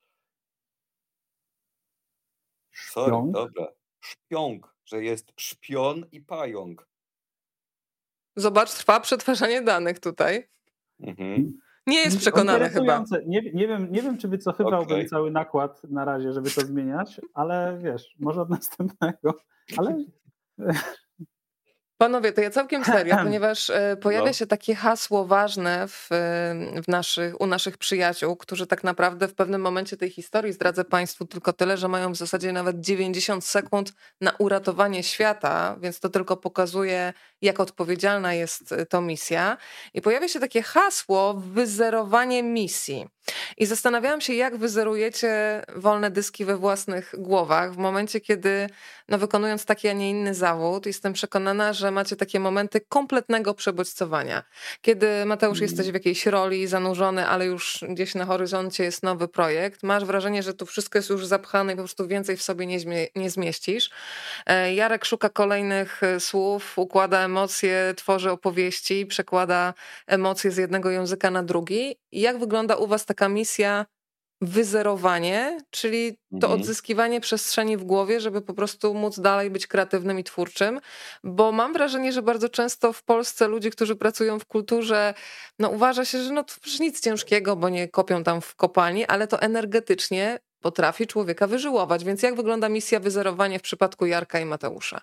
Sorry, dobra. Szpiąg, że jest szpion i pająk. Zobacz, trwa przetwarzanie danych tutaj. Nie jest przekonany chyba. Nie wiem, czy wycofywałbym cały nakład na razie, żeby to zmieniać, ale wiesz, może od następnego. Ale... Panowie, to ja całkiem serio, ponieważ pojawia się takie hasło ważne u naszych przyjaciół, którzy tak naprawdę w pewnym momencie tej historii, zdradzę państwu tylko tyle, że mają w zasadzie nawet 90 sekund na uratowanie świata, więc to tylko pokazuje, jak odpowiedzialna jest to misja. I pojawia się takie hasło wyzerowanie misji. I zastanawiałam się, jak wyzerujecie wolne dyski we własnych głowach w momencie, kiedy wykonując taki, a nie inny zawód, jestem przekonana, że macie takie momenty kompletnego przebodźcowania. Kiedy, Mateusz, jesteś w jakiejś roli zanurzony, ale już gdzieś na horyzoncie jest nowy projekt, masz wrażenie, że tu wszystko jest już zapchane i po prostu więcej w sobie nie zmieścisz. Jarek szuka kolejnych słów, układa emocje, tworzy opowieści, przekłada emocje z jednego języka na drugi. I jak wygląda u was taka misja wyzerowanie, czyli to odzyskiwanie przestrzeni w głowie, żeby po prostu móc dalej być kreatywnym i twórczym? Bo mam wrażenie, że bardzo często w Polsce ludzie, którzy pracują w kulturze, uważa się, że to przecież nic ciężkiego, bo nie kopią tam w kopalni, ale to energetycznie potrafi człowieka wyżyłować. Więc jak wygląda misja wyzerowanie w przypadku Jarka i Mateusza?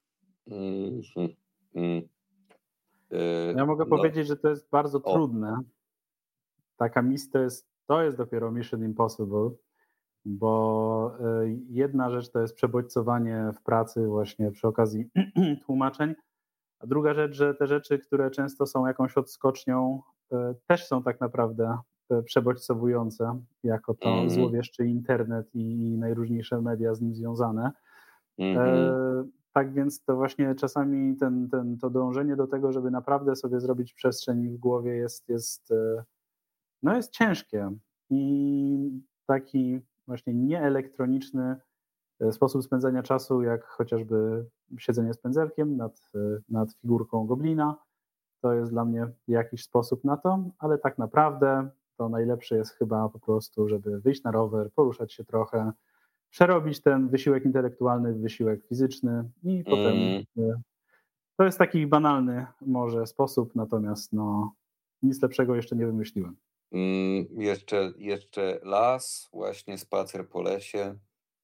Ja mogę powiedzieć, że to jest bardzo trudne. Taka misja to jest dopiero Mission Impossible, bo jedna rzecz to jest przebodźcowanie w pracy właśnie przy okazji tłumaczeń, a druga rzecz, że te rzeczy, które często są jakąś odskocznią, też są tak naprawdę przebodźcowujące, jako to złowieszczy internet i najróżniejsze media z nim związane. Tak więc to właśnie czasami to dążenie do tego, żeby naprawdę sobie zrobić przestrzeń w głowie jest ciężkie. I taki właśnie nieelektroniczny sposób spędzania czasu, jak chociażby siedzenie z pędzelkiem nad figurką goblina, to jest dla mnie jakiś sposób na to, ale tak naprawdę to najlepsze jest chyba po prostu, żeby wyjść na rower, poruszać się trochę, przerobić ten wysiłek intelektualny w wysiłek fizyczny i potem to jest taki banalny może sposób, natomiast nic lepszego jeszcze nie wymyśliłem. Jeszcze las, właśnie spacer po lesie,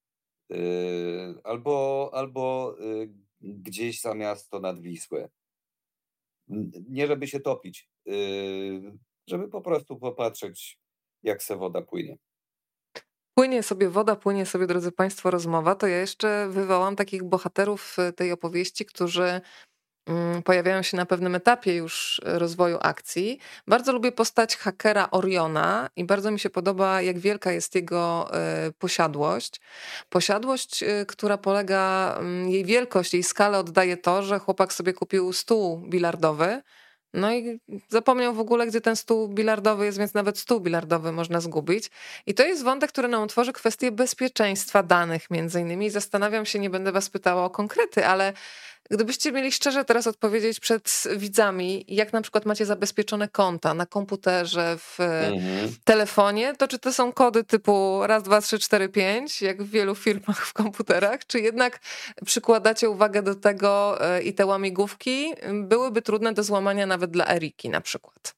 albo gdzieś za miasto nad Wisłę. Nie żeby się topić, żeby po prostu popatrzeć, jak se woda płynie. Płynie sobie woda, płynie sobie, drodzy Państwo, rozmowa, to ja jeszcze wywołam takich bohaterów tej opowieści, którzy pojawiają się na pewnym etapie już rozwoju akcji. Bardzo lubię postać hakera Oriona i bardzo mi się podoba, jak wielka jest jego posiadłość. Posiadłość, która polega, jej wielkość, jej skalę oddaje to, że chłopak sobie kupił stół bilardowy, i zapomniał w ogóle, gdzie ten stół bilardowy jest, więc nawet stół bilardowy można zgubić. I to jest wątek, który nam otworzy kwestię bezpieczeństwa danych między innymi. Zastanawiam się, nie będę was pytała o konkrety, ale gdybyście mieli szczerze teraz odpowiedzieć przed widzami, jak na przykład macie zabezpieczone konta na komputerze, w telefonie, to czy to są kody typu 1, 2, 3, 4, 5, jak w wielu firmach w komputerach, czy jednak przykładacie uwagę do tego i te łamigłówki byłyby trudne do złamania nawet dla Eriki na przykład?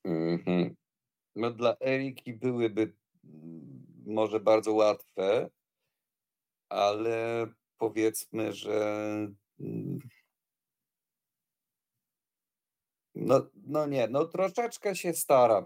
Dla Eriki byłyby może bardzo łatwe, ale powiedzmy, że troszeczkę się staram,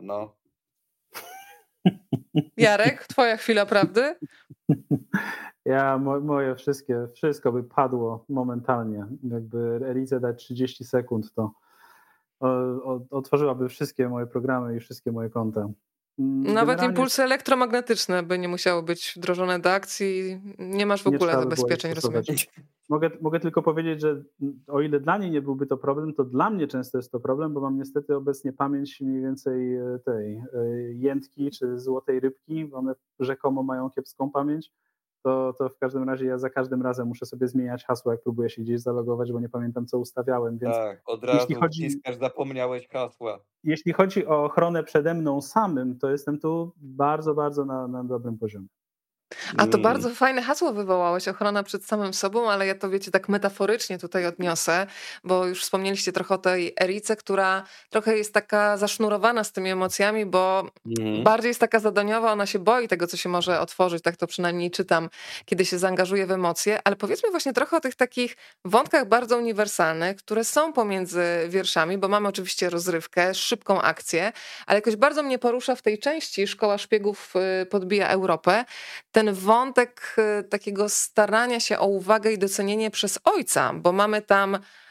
Jarek, twoja chwila prawdy? Ja moje wszystko by padło momentalnie. Jakby Erice dać 30 sekund, to otworzyłaby wszystkie moje programy i wszystkie moje konta. Nawet impulsy elektromagnetyczne by nie musiały być wdrożone do akcji. Nie masz w ogóle zabezpieczeń, rozumiesz? Mogę tylko powiedzieć, że o ile dla niej nie byłby to problem, to dla mnie często jest to problem, bo mam niestety obecnie pamięć mniej więcej tej jętki czy złotej rybki. One rzekomo mają kiepską pamięć. To w każdym razie ja za każdym razem muszę sobie zmieniać hasło, jak próbuję się gdzieś zalogować, bo nie pamiętam, co ustawiałem. Więc tak, od razu wciskasz, zapomniałeś hasła. Jeśli chodzi o ochronę przede mną samym, to jestem tu bardzo, bardzo na dobrym poziomie. A to bardzo fajne hasło wywołałeś, ochrona przed samym sobą, ale ja to wiecie, tak metaforycznie tutaj odniosę, bo już wspomnieliście trochę o tej Erice, która trochę jest taka zasznurowana z tymi emocjami, bo bardziej jest taka zadaniowa, ona się boi tego, co się może otworzyć, tak to przynajmniej czytam, kiedy się zaangażuje w emocje, ale powiedzmy właśnie trochę o tych takich wątkach bardzo uniwersalnych, które są pomiędzy wierszami, bo mamy oczywiście rozrywkę, szybką akcję, ale jakoś bardzo mnie porusza w tej części Szkoła Szpiegów podbija Europę, ten wątek takiego starania się o uwagę i docenienie przez ojca, bo mamy tam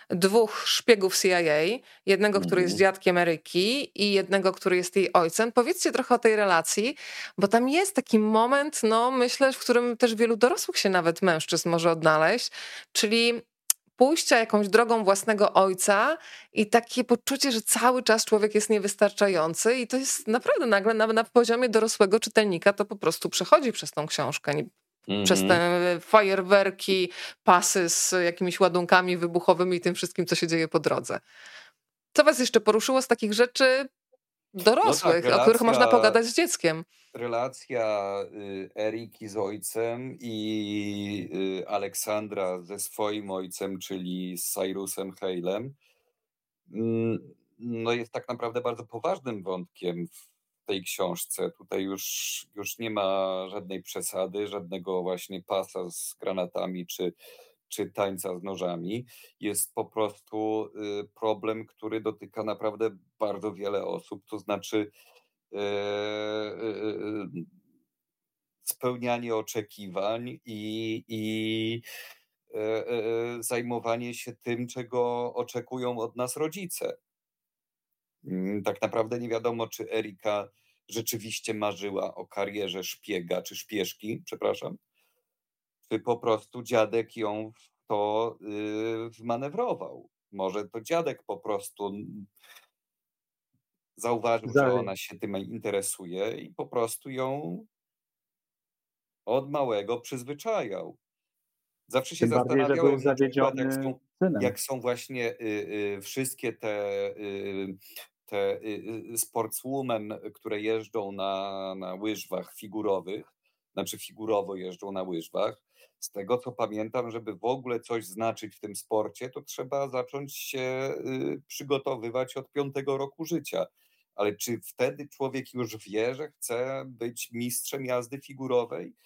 2 szpiegów CIA, jednego, który jest dziadkiem Eryki i jednego, który jest jej ojcem. Powiedzcie trochę o tej relacji, bo tam jest taki moment, no myślę, w którym też wielu dorosłych się nawet mężczyzn może odnaleźć, czyli pójścia jakąś drogą własnego ojca i takie poczucie, że cały czas człowiek jest niewystarczający i to jest naprawdę nagle na poziomie dorosłego czytelnika to po prostu przechodzi przez tą książkę. Przez te fajerwerki, pasy z jakimiś ładunkami wybuchowymi i tym wszystkim, co się dzieje po drodze. Co was jeszcze poruszyło z takich rzeczy dorosłych, o których można pogadać z dzieckiem? Relacja Eriki z ojcem i Aleksandra ze swoim ojcem, czyli z Cyrusem Halem, no jest tak naprawdę bardzo poważnym wątkiem w tej książce. Tutaj już nie ma żadnej przesady, żadnego właśnie pasa z granatami czy tańca z nożami. Jest po prostu problem, który dotyka naprawdę bardzo wiele osób, to znaczy spełnianie oczekiwań i zajmowanie się tym, czego oczekują od nas rodzice. Tak naprawdę nie wiadomo, czy Erika rzeczywiście marzyła o karierze szpiega czy szpieszki, przepraszam, czy po prostu dziadek ją w to wmanewrował. Może to dziadek po prostu zauważył, że ona się tym interesuje i po prostu ją od małego przyzwyczajał. Zawsze się zastanawiałem, na przykład, jak są właśnie wszystkie te sportswomen, które jeżdżą na łyżwach figurowych, znaczy figurowo jeżdżą na łyżwach. Z tego co pamiętam, żeby w ogóle coś znaczyć w tym sporcie, to trzeba zacząć się przygotowywać od 5 roku życia. Ale czy wtedy człowiek już wie, że chce być mistrzem jazdy figurowej?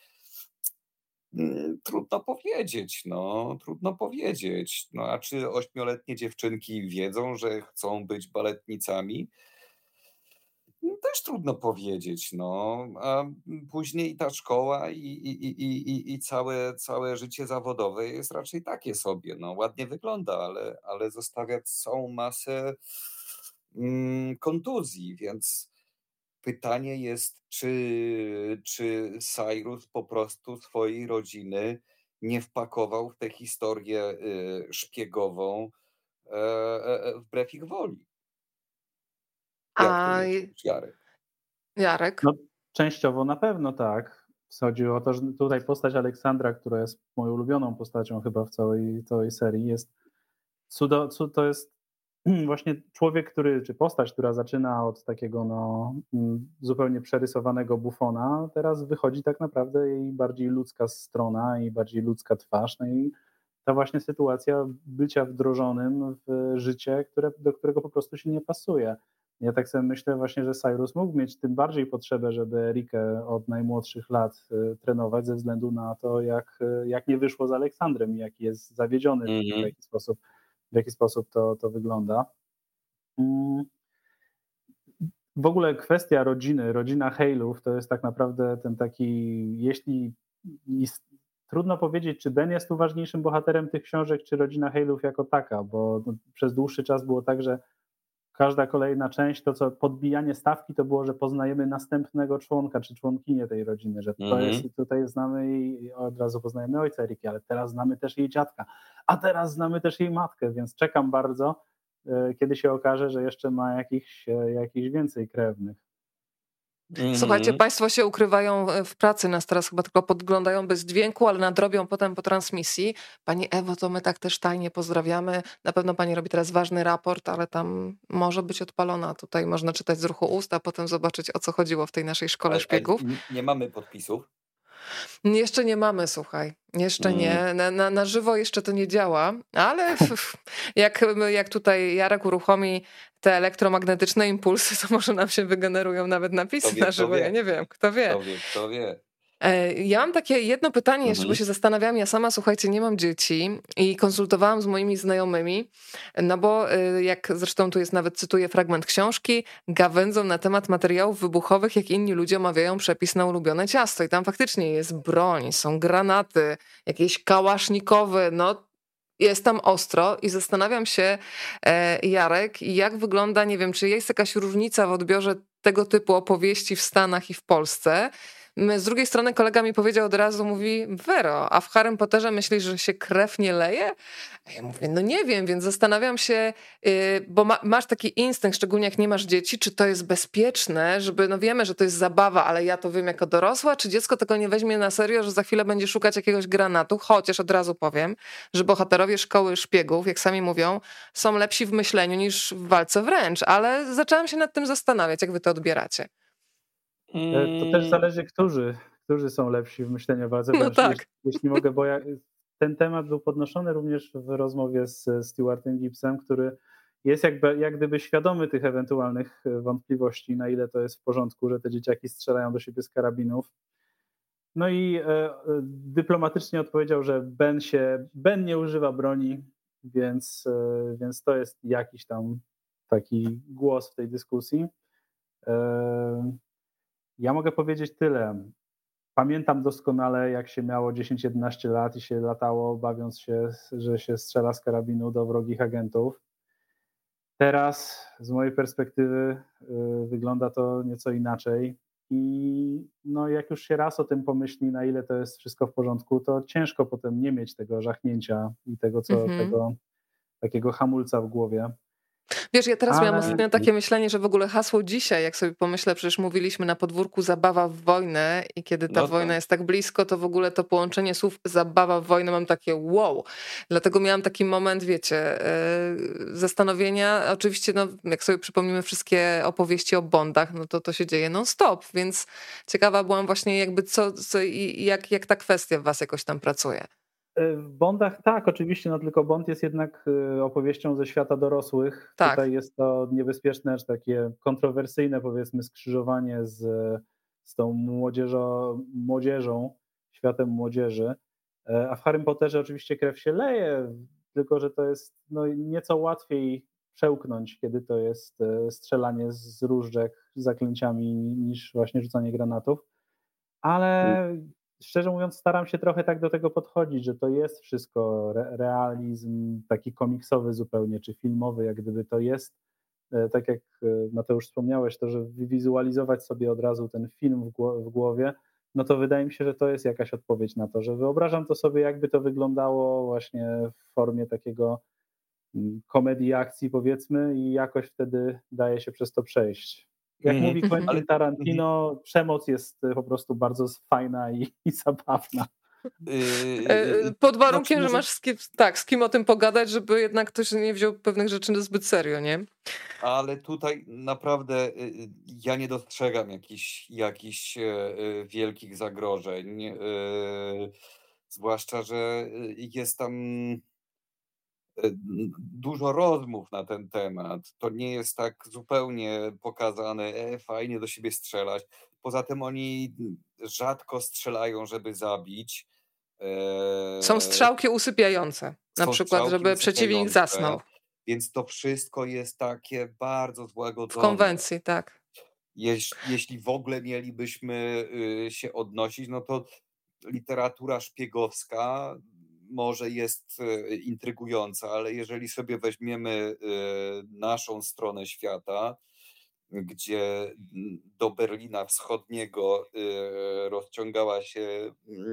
Trudno powiedzieć, trudno powiedzieć. A czy 8-letnie dziewczynki wiedzą, że chcą być baletnicami? Też trudno powiedzieć, a później ta szkoła i całe życie zawodowe jest raczej takie sobie, ładnie wygląda, ale zostawia całą masę kontuzji, więc pytanie jest, czy Cyrus po prostu swojej rodziny nie wpakował w tę historię szpiegową wbrew ich woli. Jak to jest, Jarek? Częściowo na pewno tak. Chodzi o to, że tutaj postać Aleksandra, która jest moją ulubioną postacią chyba w całej serii, jest to jest właśnie człowiek, czy postać, która zaczyna od takiego zupełnie przerysowanego bufona, teraz wychodzi tak naprawdę jej bardziej ludzka strona i bardziej ludzka twarz. I ta właśnie sytuacja bycia wdrożonym w życie, do którego po prostu się nie pasuje. Ja tak sobie myślę właśnie, że Cyrus mógł mieć tym bardziej potrzebę, żeby Erikę od najmłodszych lat trenować ze względu na to, jak nie wyszło z Aleksandrem i jaki jest zawiedziony, w jaki sposób to wygląda. W ogóle kwestia rodzina Halów to jest tak naprawdę ten taki, trudno powiedzieć, czy Ben jest tu ważniejszym bohaterem tych książek, czy rodzina Halów jako taka, bo przez dłuższy czas było tak, że każda kolejna część, to co podbijanie stawki, to było, że poznajemy następnego członka czy członkinię tej rodziny, że tutaj znamy i od razu poznajemy ojca Eriki, ale teraz znamy też jej dziadka, a teraz znamy też jej matkę, więc czekam bardzo, kiedy się okaże, że jeszcze ma jakichś więcej krewnych. Słuchajcie, państwo się ukrywają w pracy, nas teraz chyba tylko podglądają bez dźwięku, ale nadrobią potem po transmisji. Pani Ewo, to my tak też tajnie pozdrawiamy. Na pewno pani robi teraz ważny raport, ale tam może być odpalona. Tutaj można czytać z ruchu ust, a potem zobaczyć, o co chodziło w tej naszej szkole szpiegów. Nie mamy podpisów? Jeszcze nie mamy, słuchaj. Jeszcze nie. Na żywo jeszcze to nie działa, ale jak tutaj Jarek uruchomi te elektromagnetyczne impulsy, to może nam się wygenerują nawet napisy na żywo. Ja nie wiem, kto wie. Kto wie. Ja mam takie jedno pytanie jeszcze, bo się zastanawiam. Ja sama, słuchajcie, nie mam dzieci i konsultowałam z moimi znajomymi, bo jak zresztą tu jest nawet, cytuję fragment książki, gawędzą na temat materiałów wybuchowych, jak inni ludzie omawiają przepis na ulubione ciasto. I tam faktycznie jest broń, są granaty, jakieś kałasznikowe, Jest tam ostro i zastanawiam się, Jarek, jak wygląda, nie wiem, czy jest jakaś różnica w odbiorze tego typu opowieści w Stanach i w Polsce. Z drugiej strony kolega mi powiedział od razu, mówi: Wero, a w Harrym Potterze myślisz, że się krew nie leje? A ja mówię: no nie wiem, więc zastanawiam się, bo masz taki instynkt, szczególnie jak nie masz dzieci, czy to jest bezpieczne, żeby, no wiemy, że to jest zabawa, ale ja to wiem jako dorosła, czy dziecko tego nie weźmie na serio, że za chwilę będzie szukać jakiegoś granatu, chociaż od razu powiem, że bohaterowie szkoły szpiegów, jak sami mówią, są lepsi w myśleniu niż w walce wręcz, ale zaczęłam się nad tym zastanawiać, jak wy to odbieracie. To też zależy, którzy są lepsi w myśleniu o walce No wręcz. tak. Jeśli mogę, bo ten temat był podnoszony również w rozmowie z Stewartem Gibbsem, który jest jak gdyby świadomy tych ewentualnych wątpliwości, na ile to jest w porządku, że te dzieciaki strzelają do siebie z karabinów. No i dyplomatycznie odpowiedział, że Ben nie używa broni, więc to jest jakiś tam taki głos w tej dyskusji. Ja mogę powiedzieć tyle. Pamiętam doskonale, jak się miało 10-11 lat i się latało, bawiąc się, że się strzela z karabinu do wrogich agentów. Teraz z mojej perspektywy wygląda to nieco inaczej i no jak już się raz o tym pomyśli, na ile to jest wszystko w porządku, to ciężko potem nie mieć tego żachnięcia i tego takiego hamulca w głowie. Wiesz, ja teraz miałam ostatnio takie myślenie, że w ogóle hasło dzisiaj, jak sobie pomyślę, przecież mówiliśmy na podwórku zabawa w wojnę i kiedy ta wojna jest tak blisko, to w ogóle to połączenie słów zabawa w wojnę mam takie wow. Dlatego miałam taki moment, wiecie, zastanowienia. Oczywiście, no, jak sobie przypomnimy wszystkie opowieści o Bondach, no to się dzieje non stop, więc ciekawa byłam właśnie jakby jak ta kwestia w was jakoś tam pracuje. W Bondach tak, oczywiście, no tylko Bond jest jednak opowieścią ze świata dorosłych. Tak. Tutaj jest to niebezpieczne, czy takie kontrowersyjne, powiedzmy, skrzyżowanie z tą młodzieżą, światem młodzieży. A w Harrym Potterze oczywiście krew się leje, tylko że to jest no, nieco łatwiej przełknąć, kiedy to jest strzelanie z różdżek zaklęciami niż właśnie rzucanie granatów. Ale szczerze mówiąc, staram się trochę tak do tego podchodzić, że to jest wszystko realizm taki komiksowy zupełnie, czy filmowy, jak gdyby to jest, tak jak Mateusz wspomniałeś, to, że wizualizować sobie od razu ten film w głowie, no to wydaje mi się, że to jest jakaś odpowiedź na to, że wyobrażam to sobie, jakby to wyglądało właśnie w formie takiego komedii akcji, powiedzmy, i jakoś wtedy daje się przez to przejść. Jak mówi Quentin Tarantino, przemoc jest po prostu bardzo fajna i zabawna. Pod warunkiem, że masz z kim o tym pogadać, żeby jednak ktoś nie wziął pewnych rzeczy zbyt serio, nie? Ale tutaj naprawdę ja nie dostrzegam jakichś wielkich zagrożeń. Zwłaszcza, że jest tam dużo rozmów na ten temat. To nie jest tak zupełnie pokazane, fajnie do siebie strzelać. Poza tym oni rzadko strzelają, żeby zabić. Są strzałki usypiające, na przykład, żeby przeciwnik zasnął. Więc to wszystko jest takie bardzo złagodzone. W konwencji, tak. Jeśli w ogóle mielibyśmy się odnosić, no to literatura szpiegowska może jest intrygująca, ale jeżeli sobie weźmiemy naszą stronę świata, gdzie do Berlina Wschodniego rozciągała się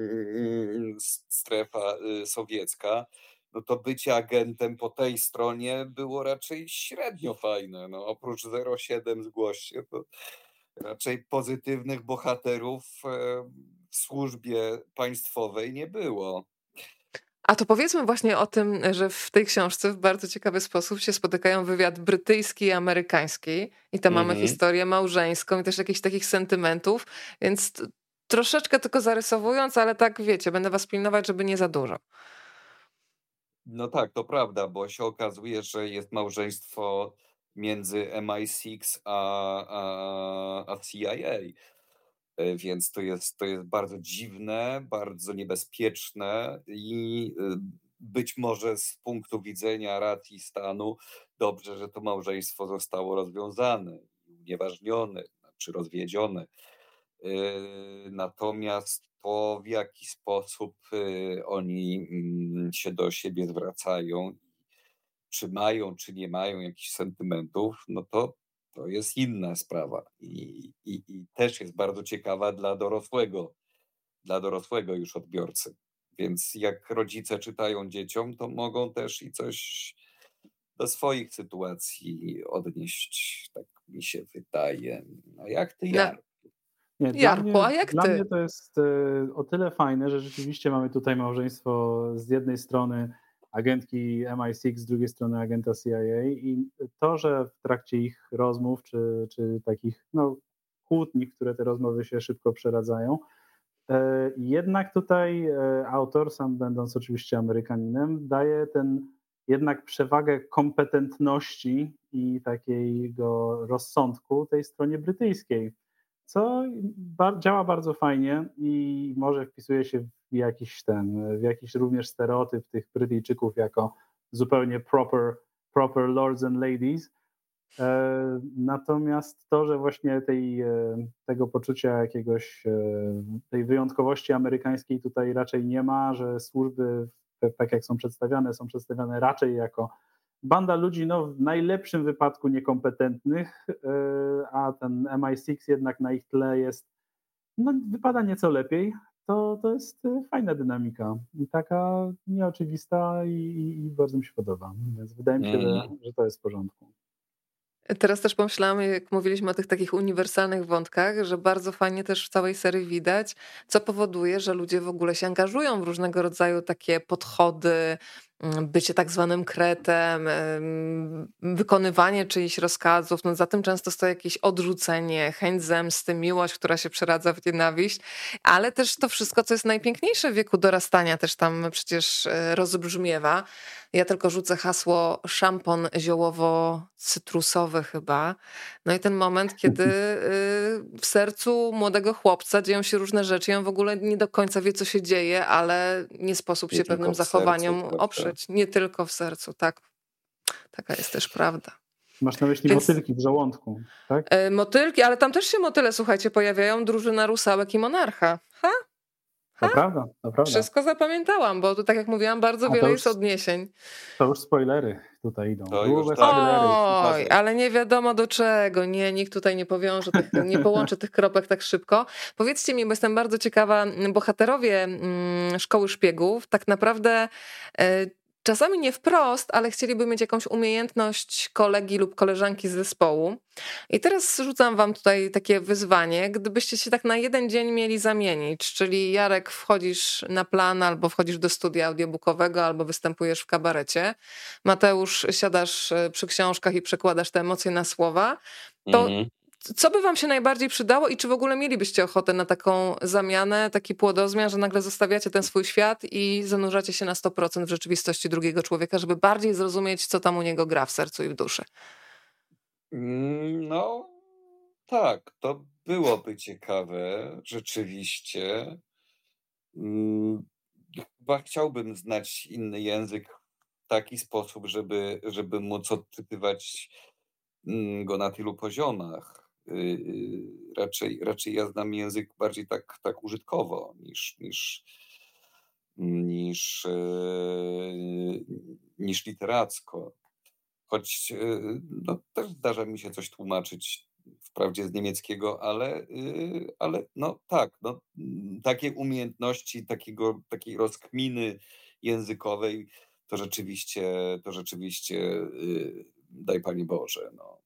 strefa sowiecka, no to bycie agentem po tej stronie było raczej średnio fajne. No, oprócz 07 zgłoś się, to raczej pozytywnych bohaterów w służbie państwowej nie było. A to powiedzmy właśnie o tym, że w tej książce w bardzo ciekawy sposób się spotykają wywiad brytyjski i amerykański i tam mamy historię małżeńską i też jakichś takich sentymentów, więc troszeczkę tylko zarysowując, ale tak wiecie, będę was pilnować, żeby nie za dużo. No tak, to prawda, bo się okazuje, że jest małżeństwo między MI6 a CIA. Więc to jest bardzo dziwne, bardzo niebezpieczne i być może z punktu widzenia racji stanu dobrze, że to małżeństwo zostało rozwiązane, unieważnione czy rozwiedzione. Natomiast to, w jaki sposób oni się do siebie zwracają, czy mają, czy nie mają jakichś sentymentów, no to jest inna sprawa. I też jest bardzo ciekawa dla dorosłego już odbiorcy. Więc jak rodzice czytają dzieciom, to mogą też i coś do swoich sytuacji odnieść, tak mi się wydaje. No jak ty, No, Jar? Nie, Jarku, a jak dla mnie ty? to jest o tyle fajne, że rzeczywiście mamy tutaj małżeństwo z jednej strony agentki MI6, z drugiej strony agenta CIA i to, że w trakcie ich rozmów czy takich kłótni, w które te rozmowy się szybko przeradzają, jednak tutaj autor, sam będąc oczywiście Amerykaninem, daje jednak przewagę kompetentności i takiego rozsądku tej stronie brytyjskiej, co działa bardzo fajnie i może wpisuje się w jakiś również stereotyp tych Brytyjczyków jako zupełnie proper lords and ladies. Natomiast to, że właśnie tego poczucia jakiegoś tej wyjątkowości amerykańskiej tutaj raczej nie ma, że służby, tak jak są przedstawiane raczej jako banda ludzi w najlepszym wypadku niekompetentnych, a ten MI6 jednak na ich tle wypada nieco lepiej, to jest fajna dynamika i taka nieoczywista i bardzo mi się podoba. Więc wydaje mi się, że to jest w porządku. Teraz też pomyślałam, jak mówiliśmy o tych takich uniwersalnych wątkach, że bardzo fajnie też w całej serii widać, co powoduje, że ludzie w ogóle się angażują w różnego rodzaju takie podchody, bycie tak zwanym kretem, wykonywanie czyichś rozkazów. No za tym często stoi jakieś odrzucenie, chęć zemsty, miłość, która się przeradza w nienawiść, ale też to wszystko, co jest najpiękniejsze w wieku dorastania, też tam przecież rozbrzmiewa. Ja tylko rzucę hasło szampon ziołowo-cytrusowy chyba. No i ten moment, kiedy w sercu młodego chłopca dzieją się różne rzeczy i on w ogóle nie do końca wie, co się dzieje, ale nie sposób Nie się tylko pewnym w sercu, zachowaniom prawda? oprzeć. Nie tylko w sercu, tak. Taka jest też prawda. Masz na myśli Więc motylki w żołądku, tak? motylki, ale tam też się motyle, słuchajcie, pojawiają. Drużyna rusałek i monarcha. To prawda, to prawda. Wszystko zapamiętałam, bo tu, tak jak mówiłam, bardzo wiele jest odniesień. To już spoilery tutaj idą. To już tak. Spoilery. Oj, ale nie wiadomo do czego. Nie, nikt tutaj nie powiąże nie połączy tych kropek tak szybko. Powiedzcie mi, bo jestem bardzo ciekawa, bohaterowie Szkoły Szpiegów tak naprawdę czasami nie wprost, ale chcieliby mieć jakąś umiejętność kolegi lub koleżanki z zespołu. I teraz rzucam wam tutaj takie wyzwanie, gdybyście się tak na jeden dzień mieli zamienić, czyli Jarek, wchodzisz na plan albo wchodzisz do studia audiobookowego, albo występujesz w kabarecie. Mateusz, siadasz przy książkach i przekładasz te emocje na słowa. To co by wam się najbardziej przydało i czy w ogóle mielibyście ochotę na taką zamianę, taki płodozmian, że nagle zostawiacie ten swój świat i zanurzacie się na 100% w rzeczywistości drugiego człowieka, żeby bardziej zrozumieć, co tam u niego gra w sercu i w duszy? No tak, to byłoby ciekawe, rzeczywiście. Chyba chciałbym znać inny język w taki sposób, żeby móc odczytywać go na tylu poziomach. Raczej ja znam język bardziej tak użytkowo niż literacko. Choć też zdarza mi się coś tłumaczyć wprawdzie z niemieckiego, ale no tak, takie umiejętności takiej rozkminy językowej to rzeczywiście daj Panie Boże. No.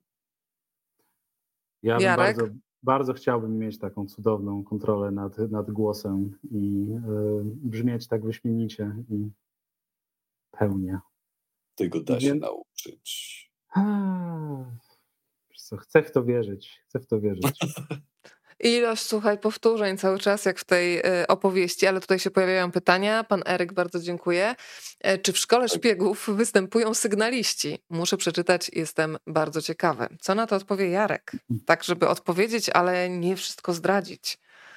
Ja bym Jarek? bardzo, bardzo chciałbym mieć taką cudowną kontrolę nad głosem i brzmieć tak wyśmienicie i pełnie. Tego da się nauczyć. Chcę w to wierzyć. Ilość, słuchaj, powtórzeń cały czas, jak w tej opowieści, ale tutaj się pojawiają pytania. Pan Eryk, bardzo dziękuję. Czy w Szkole Szpiegów występują sygnaliści? Muszę przeczytać, jestem bardzo ciekawy. Co na to odpowie Jarek? Tak, żeby odpowiedzieć, ale nie wszystko zdradzić.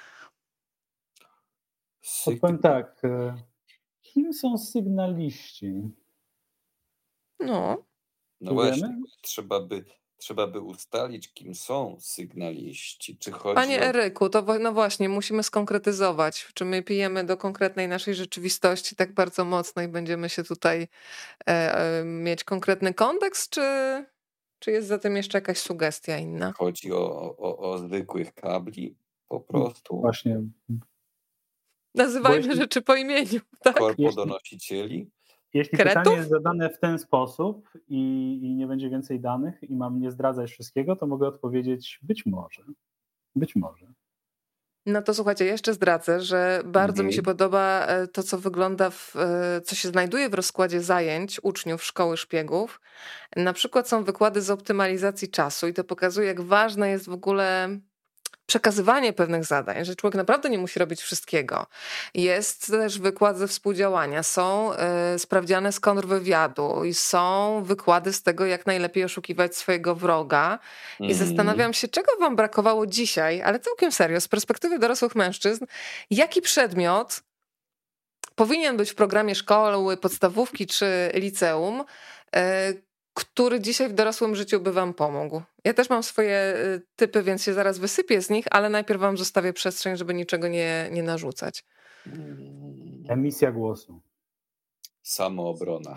Odpowiem tak. Kim są sygnaliści? No właśnie, trzeba by ustalić, kim są sygnaliści. Czy chodzi Panie o... Eryku, to no właśnie, musimy skonkretyzować, czy my pijemy do konkretnej naszej rzeczywistości tak bardzo mocno i będziemy się tutaj mieć konkretny kontekst, czy jest za tym jeszcze jakaś sugestia inna? Chodzi o zwykłych kabli po prostu? Właśnie. Nazywajmy rzeczy po imieniu, tak? Korpodonosicieli? Jeśli Kretów? pytanie jest zadane w ten sposób i nie będzie więcej danych i mam nie zdradzać wszystkiego, to mogę odpowiedzieć być może. Być może. No to słuchajcie, jeszcze zdradzę, że bardzo mi się podoba to, co wygląda, co się znajduje w rozkładzie zajęć uczniów Szkoły Szpiegów. Na przykład są wykłady z optymalizacji czasu i to pokazuje, jak ważne jest w ogóle przekazywanie pewnych zadań, że człowiek naprawdę nie musi robić wszystkiego. Jest też wykład ze współdziałania, są sprawdziane z kontrwywiadu i są wykłady z tego, jak najlepiej oszukiwać swojego wroga. I zastanawiam się, czego wam brakowało dzisiaj, ale całkiem serio, z perspektywy dorosłych mężczyzn, jaki przedmiot powinien być w programie szkoły, podstawówki czy liceum, który dzisiaj w dorosłym życiu by wam pomógł. Ja też mam swoje typy, więc się zaraz wysypię z nich, ale najpierw wam zostawię przestrzeń, żeby niczego nie narzucać. Emisja głosu. Samoobrona.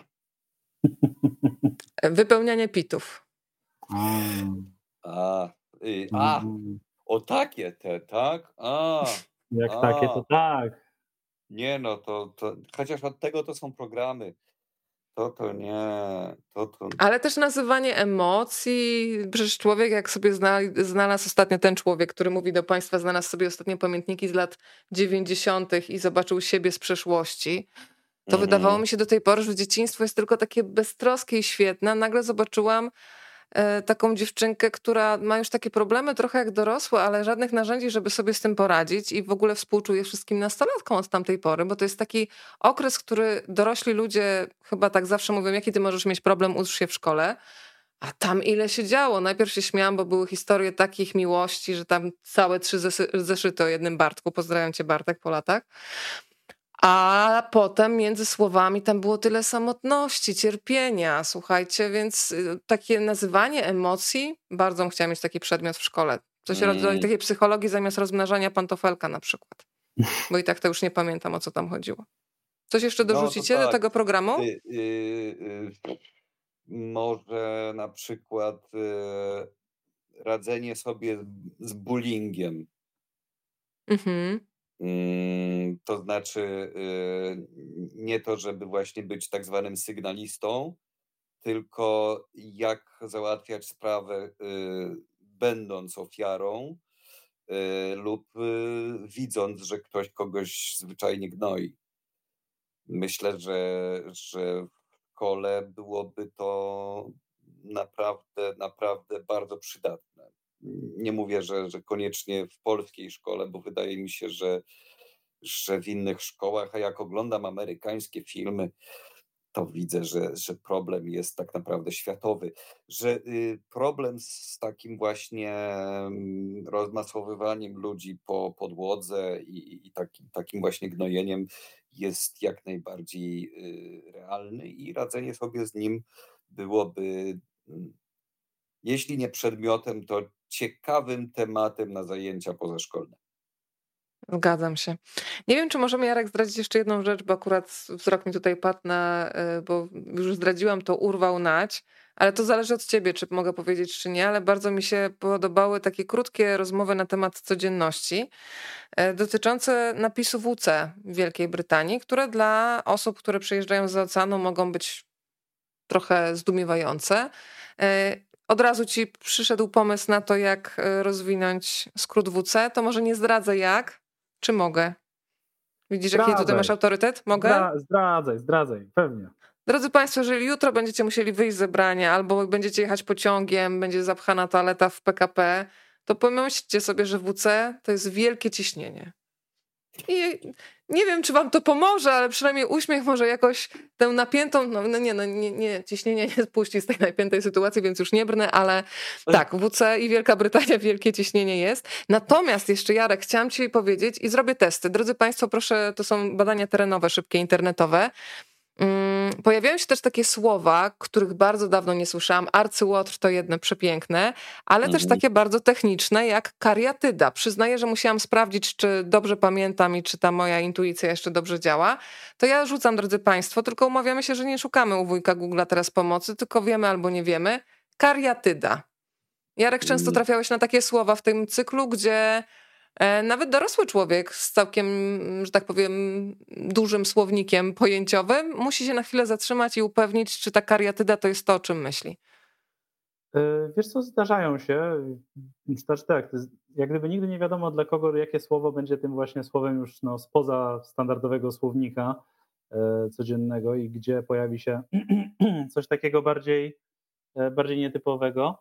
Wypełnianie pitów. O takie te, tak? Takie to tak. Nie no, to chociaż od tego to są programy. To nie. Ale też nazywanie emocji. Przecież człowiek, jak sobie znalazł ostatnio ten człowiek, który mówi do państwa, znalazł sobie ostatnio pamiętniki z lat 90. i zobaczył siebie z przeszłości. To wydawało mi się do tej pory, że dzieciństwo jest tylko takie beztroskie i świetne. Nagle zobaczyłam taką dziewczynkę, która ma już takie problemy trochę jak dorosła, ale żadnych narzędzi, żeby sobie z tym poradzić i w ogóle współczuję wszystkim nastolatkom od tamtej pory, bo to jest taki okres, który dorośli ludzie chyba tak zawsze mówią, jaki ty możesz mieć problem, ucz się w szkole, a tam ile się działo. Najpierw się śmiałam, bo były historie takich miłości, że tam całe 3 zeszyty o jednym Bartku, pozdrawiam cię Bartek po latach. A potem między słowami tam było tyle samotności, cierpienia, słuchajcie, więc takie nazywanie emocji, bardzo bym chciała mieć taki przedmiot w szkole. Coś rodzaju takiej psychologii zamiast rozmnażania pantofelka na przykład. Bo i tak to już nie pamiętam, o co tam chodziło. Coś jeszcze dorzucicie do tego programu? Może na przykład radzenie sobie z bullyingiem. To znaczy nie to, żeby właśnie być tak zwanym sygnalistą, tylko jak załatwiać sprawę będąc ofiarą lub widząc, że ktoś kogoś zwyczajnie gnoi. Myślę, że w szkole byłoby to naprawdę bardzo przydatne. Nie mówię, że koniecznie w polskiej szkole, bo wydaje mi się, że w innych szkołach, a jak oglądam amerykańskie filmy, to widzę, że problem jest tak naprawdę światowy. Że problem z takim właśnie rozmasowywaniem ludzi po podłodze i takim właśnie gnojeniem jest jak najbardziej realny i radzenie sobie z nim byłoby, jeśli nie przedmiotem, to ciekawym tematem na zajęcia pozaszkolne. Zgadzam się. Nie wiem, czy możemy, Jarek, zdradzić jeszcze jedną rzecz, bo akurat wzrok mi tutaj padł bo już zdradziłam, to urwał nać, ale to zależy od ciebie, czy mogę powiedzieć, czy nie, ale bardzo mi się podobały takie krótkie rozmowy na temat codzienności dotyczące napisu WC w Wielkiej Brytanii, które dla osób, które przyjeżdżają z oceanu, mogą być trochę zdumiewające. Od razu ci przyszedł pomysł na to, jak rozwinąć skrót WC, to może nie zdradzę jak, czy mogę? Widzisz, jaki tutaj masz autorytet? Mogę? Zdradzaj, pewnie. Drodzy Państwo, jeżeli jutro będziecie musieli wyjść z zebrania albo będziecie jechać pociągiem, będzie zapchana toaleta w PKP, to pomyślcie sobie, że WC to jest wielkie ciśnienie. I nie wiem, czy wam to pomoże, ale przynajmniej uśmiech może jakoś tę napiętą, nie, ciśnienie nie spuści z tej napiętej sytuacji, więc już nie brnę, ale tak, WC i Wielka Brytania wielkie ciśnienie jest. Natomiast jeszcze, Jarek, chciałam ci powiedzieć i zrobię testy. Drodzy Państwo, proszę, to są badania terenowe, szybkie, internetowe. Pojawiają się też takie słowa, których bardzo dawno nie słyszałam. Arcyłotr to jedno przepiękne, ale też takie bardzo techniczne jak kariatyda. Przyznaję, że musiałam sprawdzić, czy dobrze pamiętam i czy ta moja intuicja jeszcze dobrze działa. To ja rzucam, drodzy Państwo, tylko umawiamy się, że nie szukamy u wujka Google'a teraz pomocy, tylko wiemy albo nie wiemy. Kariatyda. Jarek, często trafiałeś na takie słowa w tym cyklu, gdzie nawet dorosły człowiek z całkiem, że tak powiem, dużym słownikiem pojęciowym musi się na chwilę zatrzymać i upewnić, czy ta kariatyda to jest to, o czym myśli. Wiesz co, zdarzają się. Znaczy tak, jak gdyby nigdy nie wiadomo dla kogo jakie słowo będzie tym właśnie słowem już spoza standardowego słownika codziennego i gdzie pojawi się coś takiego bardziej nietypowego.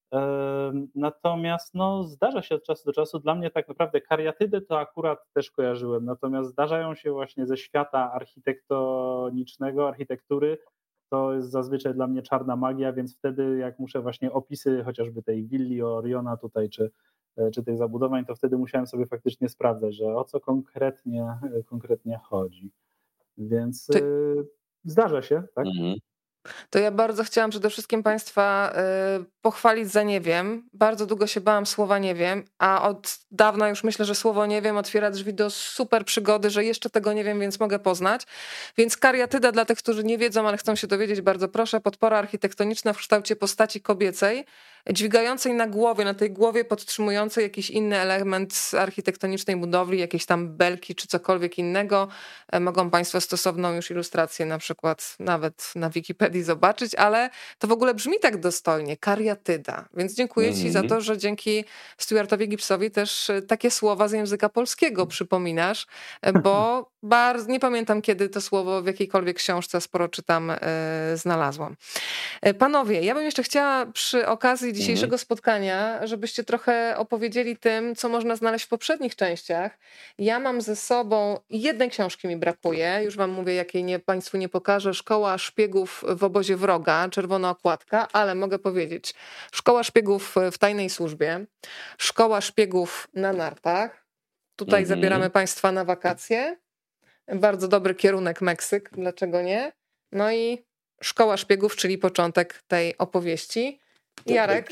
Natomiast zdarza się od czasu do czasu. Dla mnie tak naprawdę kariatydę to akurat też kojarzyłem, natomiast zdarzają się właśnie ze świata architektonicznego, architektury. To jest zazwyczaj dla mnie czarna magia, więc wtedy jak muszę właśnie opisy chociażby tej willi Oriona tutaj, czy tych zabudowań, to wtedy musiałem sobie faktycznie sprawdzać, że o co konkretnie chodzi. Więc zdarza się, tak? To ja bardzo chciałam przede wszystkim Państwa pochwalić za nie wiem. Bardzo długo się bałam słowa nie wiem, a od dawna już myślę, że słowo nie wiem otwiera drzwi do super przygody, że jeszcze tego nie wiem, więc mogę poznać. Więc kariatyda dla tych, którzy nie wiedzą, ale chcą się dowiedzieć, bardzo proszę, podpora architektoniczna w kształcie postaci kobiecej, dźwigającej na głowie, na tej głowie podtrzymującej jakiś inny element architektonicznej budowli, jakieś tam belki czy cokolwiek innego. Mogą Państwo stosowną już ilustrację na przykład nawet na Wikipedii zobaczyć, ale to w ogóle brzmi tak dostojnie, kariatyda. Więc dziękuję Ci za to, że dzięki Stuartowi Gibbsowi też takie słowa z języka polskiego przypominasz, bo nie pamiętam kiedy to słowo w jakiejkolwiek książce, sporo czytam, znalazłam. Panowie, ja bym jeszcze chciała przy okazji dzisiejszego spotkania, żebyście trochę opowiedzieli tym, co można znaleźć w poprzednich częściach. Ja mam ze sobą, jednej książki mi brakuje, już wam mówię, jakiej Państwu nie pokażę, Szkoła szpiegów w obozie wroga, czerwona okładka, ale mogę powiedzieć, Szkoła szpiegów w tajnej służbie, Szkoła szpiegów na nartach, tutaj zabieramy Państwa na wakacje, bardzo dobry kierunek Meksyk, dlaczego nie? No i Szkoła szpiegów, czyli początek tej opowieści. Jarek,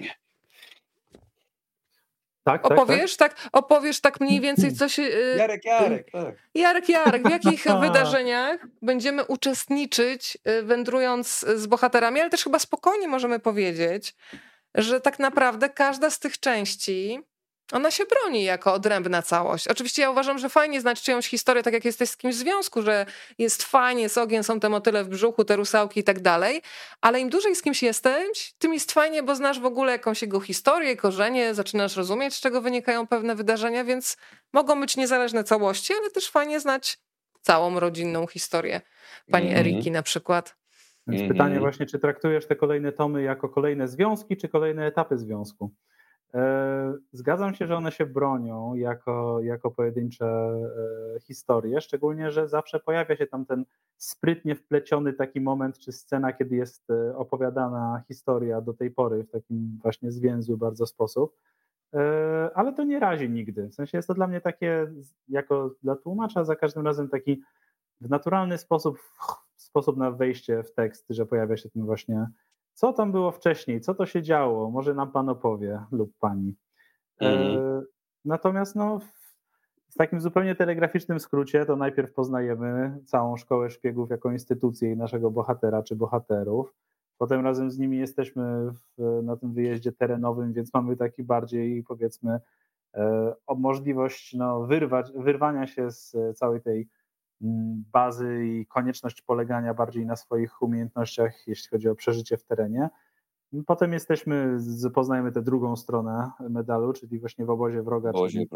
opowiesz tak mniej więcej, co się... Jarek, tak. Jarek, w jakich wydarzeniach będziemy uczestniczyć, wędrując z bohaterami, ale też chyba spokojnie możemy powiedzieć, że tak naprawdę każda z tych części, ona się broni jako odrębna całość. Oczywiście ja uważam, że fajnie znać czyjąś historię, tak jak jesteś z kimś w związku, że jest fajnie, jest ogień, są te motyle w brzuchu, te rusałki i tak dalej, ale im dłużej z kimś jesteś, tym jest fajnie, bo znasz w ogóle jakąś jego historię, korzenie, zaczynasz rozumieć, z czego wynikają pewne wydarzenia, więc mogą być niezależne całości, ale też fajnie znać całą rodzinną historię pani Eriki na przykład. Więc pytanie właśnie, czy traktujesz te kolejne tomy jako kolejne związki, czy kolejne etapy związku? Zgadzam się, że one się bronią jako pojedyncze historie, szczególnie, że zawsze pojawia się tam ten sprytnie wpleciony taki moment czy scena, kiedy jest opowiadana historia do tej pory w takim właśnie zwięzły bardzo sposób, ale to nie razi nigdy. W sensie jest to dla mnie takie, jako dla tłumacza, za każdym razem taki w naturalny sposób na wejście w tekst, że pojawia się ten właśnie co tam było wcześniej, co to się działo, może nam pan opowie lub pani. Natomiast w takim zupełnie telegraficznym skrócie to najpierw poznajemy całą Szkołę Szpiegów jako instytucję i naszego bohatera czy bohaterów. Potem razem z nimi jesteśmy na tym wyjeździe terenowym, więc mamy taki bardziej, powiedzmy, możliwość wyrwania się z całej tej bazy i konieczność polegania bardziej na swoich umiejętnościach, jeśli chodzi o przeżycie w terenie. Potem poznajemy tę drugą stronę medalu, czyli właśnie w obozie wroga.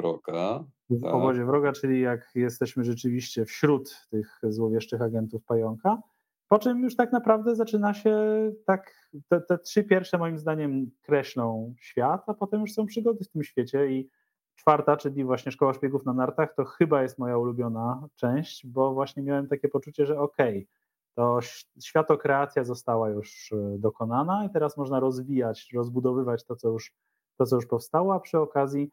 W obozie wroga, czyli jak jesteśmy rzeczywiście wśród tych złowieszczych agentów Pająka. Po czym już tak naprawdę zaczyna się te trzy pierwsze moim zdaniem kreślą świat, a potem już są przygody w tym świecie i czwarta, czyli właśnie Szkoła Szpiegów na nartach, to chyba jest moja ulubiona część, bo właśnie miałem takie poczucie, że to światokreacja została już dokonana i teraz można rozbudowywać to, co już powstało, a przy okazji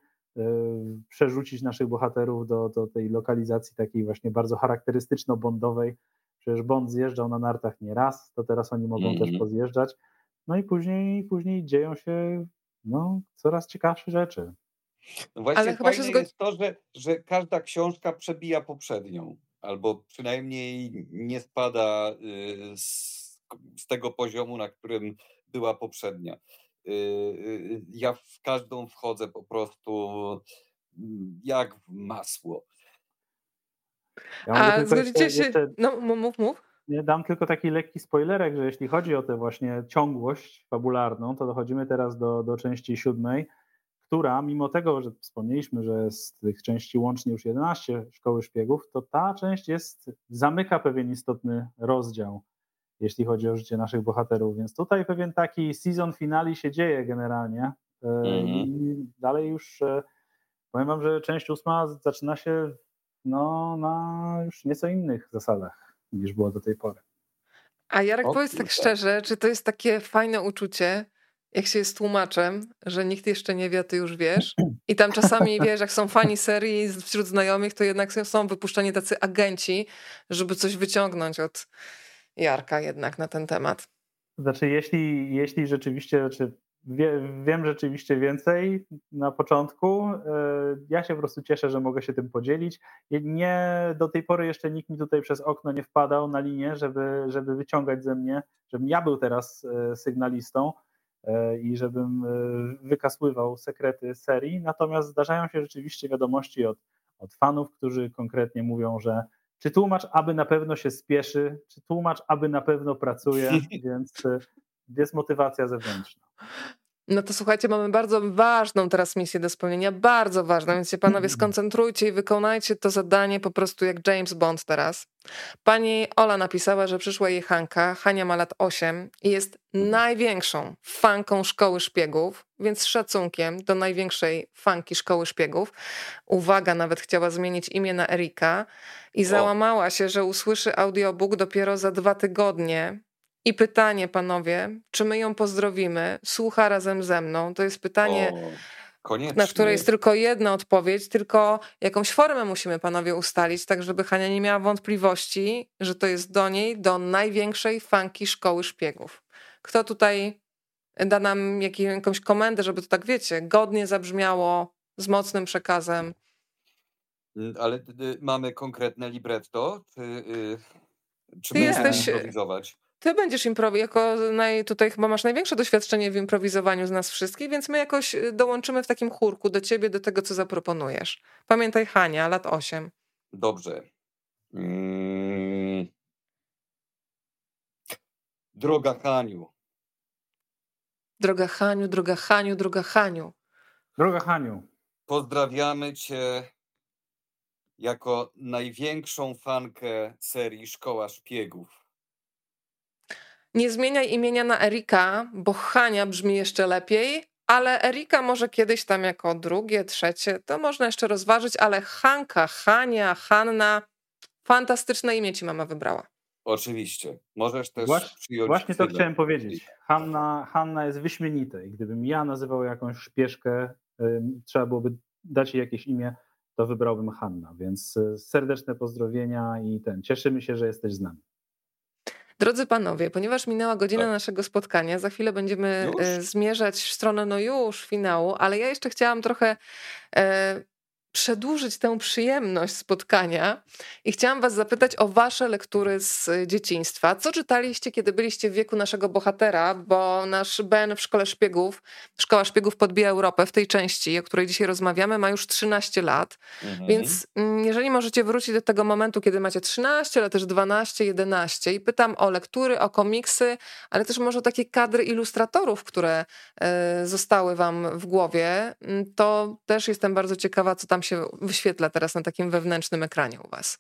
przerzucić naszych bohaterów do tej lokalizacji takiej właśnie bardzo charakterystyczno-bondowej, Przecież Bond zjeżdżał na nartach nie raz, to teraz oni mogą też pozjeżdżać. No i później dzieją się coraz ciekawsze rzeczy. No właśnie fajne jest to, że każda książka przebija poprzednią, albo przynajmniej nie spada z tego poziomu, na którym była poprzednia. Ja w każdą wchodzę po prostu jak w masło. A zgodzicie się... No, mów. Nie, dam tylko taki lekki spoilerek, że jeśli chodzi o tę właśnie ciągłość fabularną, to dochodzimy teraz do części 7, która mimo tego, że wspomnieliśmy, że z tych części łącznie już 11 Szkoły Szpiegów, to ta część zamyka pewien istotny rozdział, jeśli chodzi o życie naszych bohaterów, więc tutaj pewien taki season finale się dzieje generalnie. I dalej już powiem wam, że część 8 zaczyna się na już nieco innych zasadach niż było do tej pory. A Jarek, powiedz tak szczerze, czy to jest takie fajne uczucie, jak się jest tłumaczem, że nikt jeszcze nie wie, a ty już wiesz? I tam czasami, wiesz, jak są fani serii wśród znajomych, to jednak są wypuszczani tacy agenci, żeby coś wyciągnąć od Jarka jednak na ten temat. Znaczy, jeśli rzeczywiście, wiem rzeczywiście więcej na początku, ja się po prostu cieszę, że mogę się tym podzielić. Do tej pory jeszcze nikt mi tutaj przez okno nie wpadał na linię, żeby wyciągać ze mnie, żebym ja był teraz sygnalistą i żebym wykasływał sekrety serii. Natomiast zdarzają się rzeczywiście wiadomości od fanów, którzy konkretnie mówią, że czy tłumacz aby na pewno się spieszy, czy tłumacz aby na pewno pracuje, więc jest motywacja zewnętrzna. No to słuchajcie, mamy bardzo ważną teraz misję do spełnienia, bardzo ważną, więc się panowie skoncentrujcie i wykonajcie to zadanie po prostu jak James Bond teraz. Pani Ola napisała, że przyszła jej Hanka, Hania ma lat 8 i jest największą fanką Szkoły Szpiegów, więc z szacunkiem do największej fanki Szkoły Szpiegów. Uwaga, nawet chciała zmienić imię na Erika i załamała się, że usłyszy audiobook dopiero za 2 tygodnie. I pytanie, panowie, czy my ją pozdrowimy? Słucha razem ze mną. To jest pytanie, na które jest tylko jedna odpowiedź, tylko jakąś formę musimy, panowie, ustalić, tak żeby Hania nie miała wątpliwości, że to jest do niej, do największej fanki Szkoły Szpiegów. Kto tutaj da nam jakąś komendę, żeby to tak, wiecie, godnie zabrzmiało, z mocnym przekazem? Ale mamy konkretne libretto? Czy będziemy improwizować? Ty będziesz tutaj chyba masz największe doświadczenie w improwizowaniu z nas wszystkich, więc my jakoś dołączymy w takim chórku do ciebie, do tego, co zaproponujesz. Pamiętaj, Hania, lat 8. Dobrze. Droga Haniu. Droga Haniu, droga Haniu, droga Haniu. Droga Haniu. Pozdrawiamy cię jako największą fankę serii Szkoła Szpiegów. Nie zmieniaj imienia na Erika, bo Hania brzmi jeszcze lepiej, ale Erika może kiedyś tam jako drugie, trzecie, to można jeszcze rozważyć, ale Hanka, Hania, Hanna, fantastyczne imię ci mama wybrała. Oczywiście. Możesz też przyjąć... Właśnie to chciałem powiedzieć. Hanna jest wyśmienita i gdybym ja nazywał jakąś szpieszkę, trzeba byłoby dać jej jakieś imię, to wybrałbym Hanna, więc serdeczne pozdrowienia i cieszymy się, że jesteś z nami. Drodzy panowie, ponieważ minęła godzina naszego spotkania, za chwilę będziemy zmierzać w stronę finału, ale ja jeszcze chciałam trochę przedłużyć tę przyjemność spotkania i chciałam was zapytać o wasze lektury z dzieciństwa. Co czytaliście, kiedy byliście w wieku naszego bohatera, bo nasz Ben w Szkoła Szpiegów podbija Europę w tej części, o której dzisiaj rozmawiamy, ma już 13 lat. Więc jeżeli możecie wrócić do tego momentu, kiedy macie 13, ale też 12, 11 i pytam o lektury, o komiksy, ale też może o takie kadry ilustratorów, które zostały wam w głowie, to też jestem bardzo ciekawa, co tam się wyświetla teraz na takim wewnętrznym ekranie u was.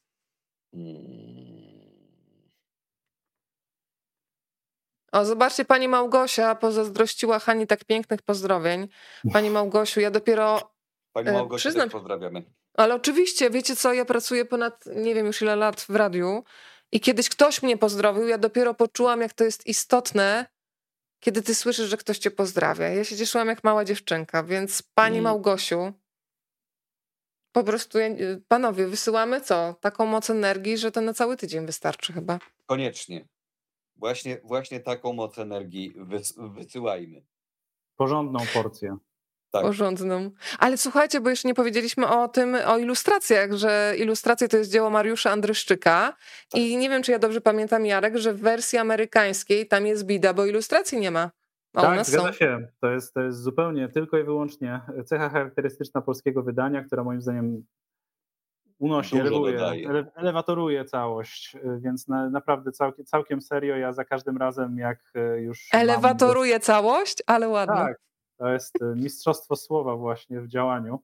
O, zobaczcie, pani Małgosia pozazdrościła Hani tak pięknych pozdrowień. Pani Małgosiu, ja dopiero... Pani Małgosiu, też pozdrawiamy. Ale oczywiście, wiecie co, ja pracuję ponad nie wiem już ile lat w radiu i kiedyś ktoś mnie pozdrowił, ja dopiero poczułam, jak to jest istotne, kiedy ty słyszysz, że ktoś cię pozdrawia. Ja się cieszyłam jak mała dziewczynka, więc pani Małgosiu, Po prostu, panowie, wysyłamy co? Taką moc energii, że to na cały tydzień wystarczy chyba. Koniecznie. Właśnie taką moc energii wysyłajmy. Porządną porcję. Tak. Porządną. Ale słuchajcie, bo jeszcze nie powiedzieliśmy o tym, o ilustracjach, że ilustracje to jest dzieło Mariusza Andryszczyka i nie wiem, czy ja dobrze pamiętam, Jarek, że w wersji amerykańskiej tam jest bida, bo ilustracji nie ma. A u Tak, nas zgadza są. się. To jest zupełnie tylko i wyłącznie cecha charakterystyczna polskiego wydania, która moim zdaniem unosi, elewatoruje całość, więc naprawdę całkiem serio. Ja za każdym razem, jak już Elewatoruje całość, ale ładnie. Tak, to jest mistrzostwo słowa właśnie w działaniu.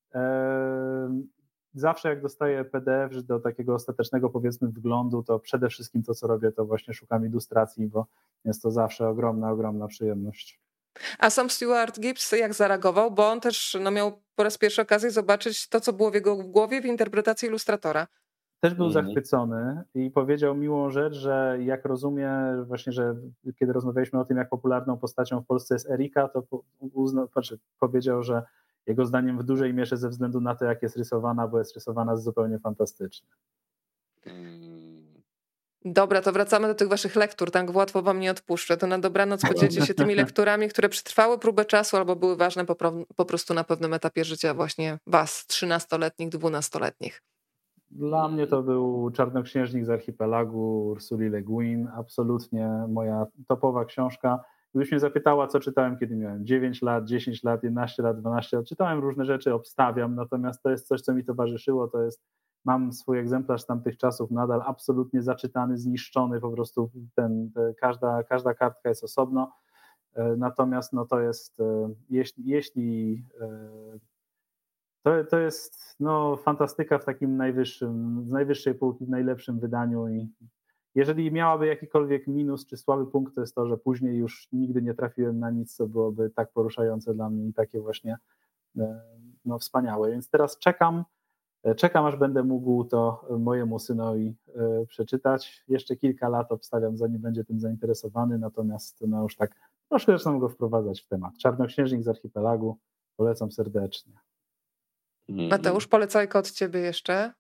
Zawsze jak dostaję PDF do takiego ostatecznego, powiedzmy, wglądu, to przede wszystkim to, co robię, to właśnie szukam ilustracji, bo jest to zawsze ogromna przyjemność. A sam Stuart Gibbs jak zareagował, bo on też miał po raz pierwszy okazję zobaczyć to, co było w jego głowie w interpretacji ilustratora. Też był zachwycony i powiedział miłą rzecz, że jak rozumie właśnie, że kiedy rozmawialiśmy o tym, jak popularną postacią w Polsce jest Erika, to powiedział, że jego zdaniem w dużej mierze ze względu na to, jak jest rysowana, bo jest rysowana zupełnie fantastycznie. Dobra, to wracamy do tych waszych lektur, tak łatwo wam nie odpuszczę. To na dobranoc podzielcie się tymi lekturami, które przetrwały próbę czasu albo były ważne po prostu na pewnym etapie życia właśnie was, 13-letnich, 12-letnich. Dla mnie to był Czarnoksiężnik z Archipelagu Ursuli Le Guin, absolutnie moja topowa książka. Gdybyś mnie zapytała, co czytałem, kiedy miałem 9 lat, 10 lat, 11 lat, 12 lat, czytałem różne rzeczy, obstawiam, natomiast to jest coś, co mi towarzyszyło, mam swój egzemplarz z tamtych czasów nadal absolutnie zaczytany, zniszczony, po prostu każda kartka jest osobno, natomiast no to jest, jeśli to jest fantastyka w takim z najwyższej półki, w najlepszym wydaniu i jeżeli miałaby jakikolwiek minus czy słaby punkt, to jest to, że później już nigdy nie trafiłem na nic, co byłoby tak poruszające dla mnie i takie właśnie wspaniałe. Więc teraz czekam, aż będę mógł to mojemu synowi przeczytać. Jeszcze kilka lat obstawiam, zanim będzie tym zainteresowany, natomiast już tak troszkę zaczynam go wprowadzać w temat. Czarnoksiężnik z Archipelagu, polecam serdecznie. Mateusz, polecajka od ciebie jeszcze.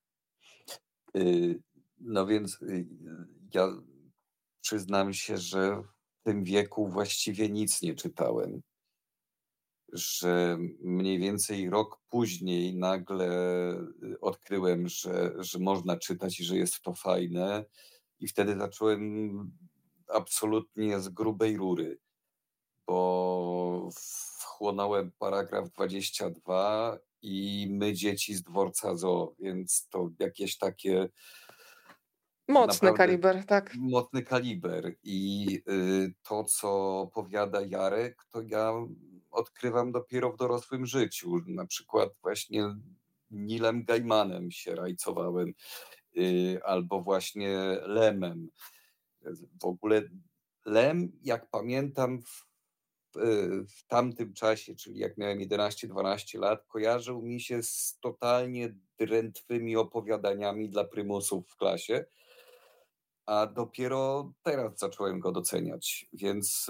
No więc ja przyznam się, że w tym wieku właściwie nic nie czytałem. Że mniej więcej rok później nagle odkryłem, że można czytać i że jest to fajne. I wtedy zacząłem absolutnie z grubej rury, bo wchłonąłem paragraf 22 i My dzieci z dworca zoo, więc to jakieś takie mocny kaliber, tak. Mocny kaliber i to, co powiada Jarek, to ja odkrywam dopiero w dorosłym życiu. Na przykład właśnie Neilem Gaimanem się rajcowałem, albo właśnie Lemem. W ogóle Lem, jak pamiętam, w tamtym czasie, czyli jak miałem 11-12 lat, kojarzył mi się z totalnie drętwymi opowiadaniami dla prymusów w klasie, a dopiero teraz zacząłem go doceniać, więc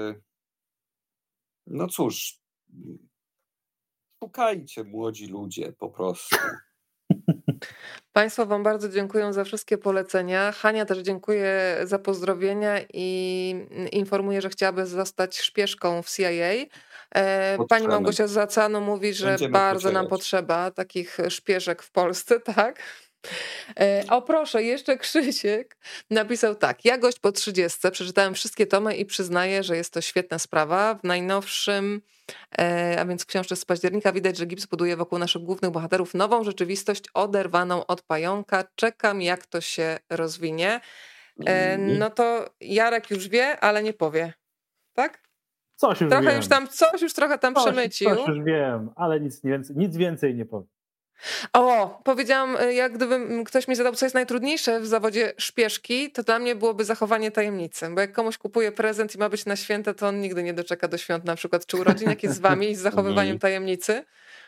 no cóż, szukajcie, młodzi ludzie, po prostu. Państwo wam bardzo dziękuję za wszystkie polecenia. Hania też dziękuję za pozdrowienia i informuję, że chciałaby zostać szpieszką w CIA. Pani Małgosia Zacano mówi, że bardzo nam potrzeba takich szpieszek w Polsce, tak? O proszę, jeszcze Krzysiek napisał tak. Ja gość po 30, przeczytałem wszystkie tomy i przyznaję, że jest to świetna sprawa. W najnowszym, a więc w książce z października widać, że Gibbs buduje wokół naszych głównych bohaterów nową rzeczywistość oderwaną od pająka. Czekam, jak to się rozwinie. No to Jarek już wie, ale nie powie. Tak? Coś już trochę wiem. Coś już trochę tam przemycił. Coś już wiem, ale nic więcej nie powiem. Powiedziałam, jak gdyby ktoś mi zadał, co jest najtrudniejsze w zawodzie szpieszki, to dla mnie byłoby zachowanie tajemnicy, bo jak komuś kupuje prezent i ma być na święta, to on nigdy nie doczeka do świąt na przykład, czy urodzin, jak jest z wami i z zachowywaniem tajemnicy.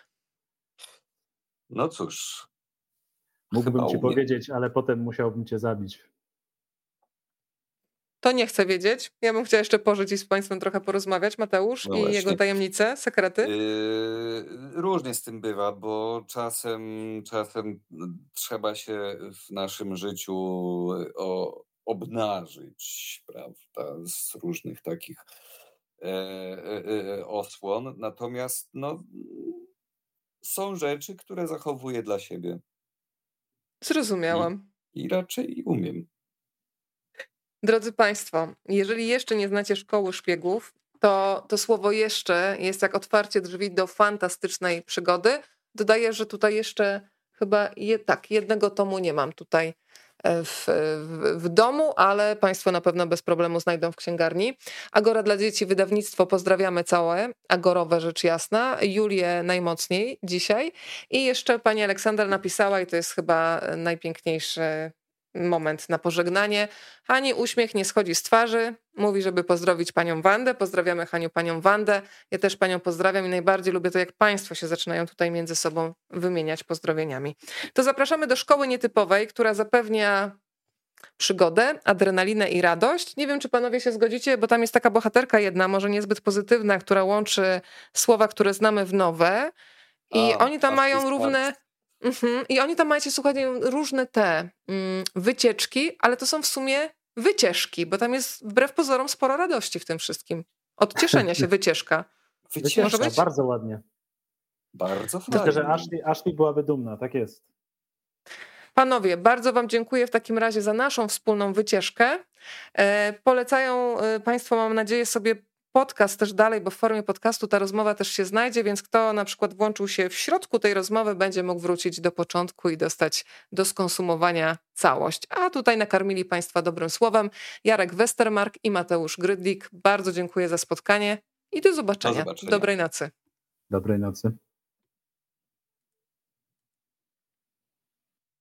No cóż. Mógłbym ci powiedzieć, ale potem musiałbym cię zabić. To nie chcę wiedzieć. Ja bym chciała jeszcze pożyć i z Państwem trochę porozmawiać. Mateusz No i właśnie. jego tajemnice, sekrety? Różnie z tym bywa, bo czasem trzeba się w naszym życiu obnażyć, prawda, z różnych takich osłon. Natomiast no, są rzeczy, które zachowuję dla siebie Zrozumiałam. i raczej umiem. Drodzy Państwo, jeżeli jeszcze nie znacie Szkoły Szpiegów, to słowo jeszcze jest jak otwarcie drzwi do fantastycznej przygody. Dodaję, że tutaj jeszcze chyba jednego tomu nie mam tutaj w domu, ale Państwo na pewno bez problemu znajdą w księgarni. Agora dla dzieci, wydawnictwo, pozdrawiamy całe, agorowe rzecz jasna, Julię najmocniej dzisiaj. I jeszcze pani Aleksandra napisała, i to jest chyba najpiękniejszy moment na pożegnanie. Hani uśmiech nie schodzi z twarzy. Mówi, żeby pozdrowić panią Wandę. Pozdrawiamy, Haniu, panią Wandę. Ja też panią pozdrawiam i najbardziej lubię to, jak państwo się zaczynają tutaj między sobą wymieniać pozdrowieniami. To zapraszamy do Szkoły Nietypowej, która zapewnia przygodę, adrenalinę i radość. Nie wiem, czy panowie się zgodzicie, bo tam jest taka bohaterka jedna, może niezbyt pozytywna, która łączy słowa, które znamy w nowe. I oni tam mają równe... I oni tam macie, słuchajcie, różne te wycieczki, ale to są w sumie wycieczki, bo tam jest wbrew pozorom sporo radości w tym wszystkim. Od cieszenia się wycieczka. Wycieczka, bardzo ładnie. Bardzo fajnie. Myślę, że Ashley byłaby dumna, tak jest. Panowie, bardzo wam dziękuję w takim razie za naszą wspólną wycieczkę. Polecają Państwo, mam nadzieję, sobie podcast też dalej, bo w formie podcastu ta rozmowa też się znajdzie, więc kto na przykład włączył się w środku tej rozmowy, będzie mógł wrócić do początku i dostać do skonsumowania całość. A tutaj nakarmili Państwa dobrym słowem Jarek Westermark i Mateusz Grydlik. Bardzo dziękuję za spotkanie i do zobaczenia. Dobrej nocy. Dobrej nocy.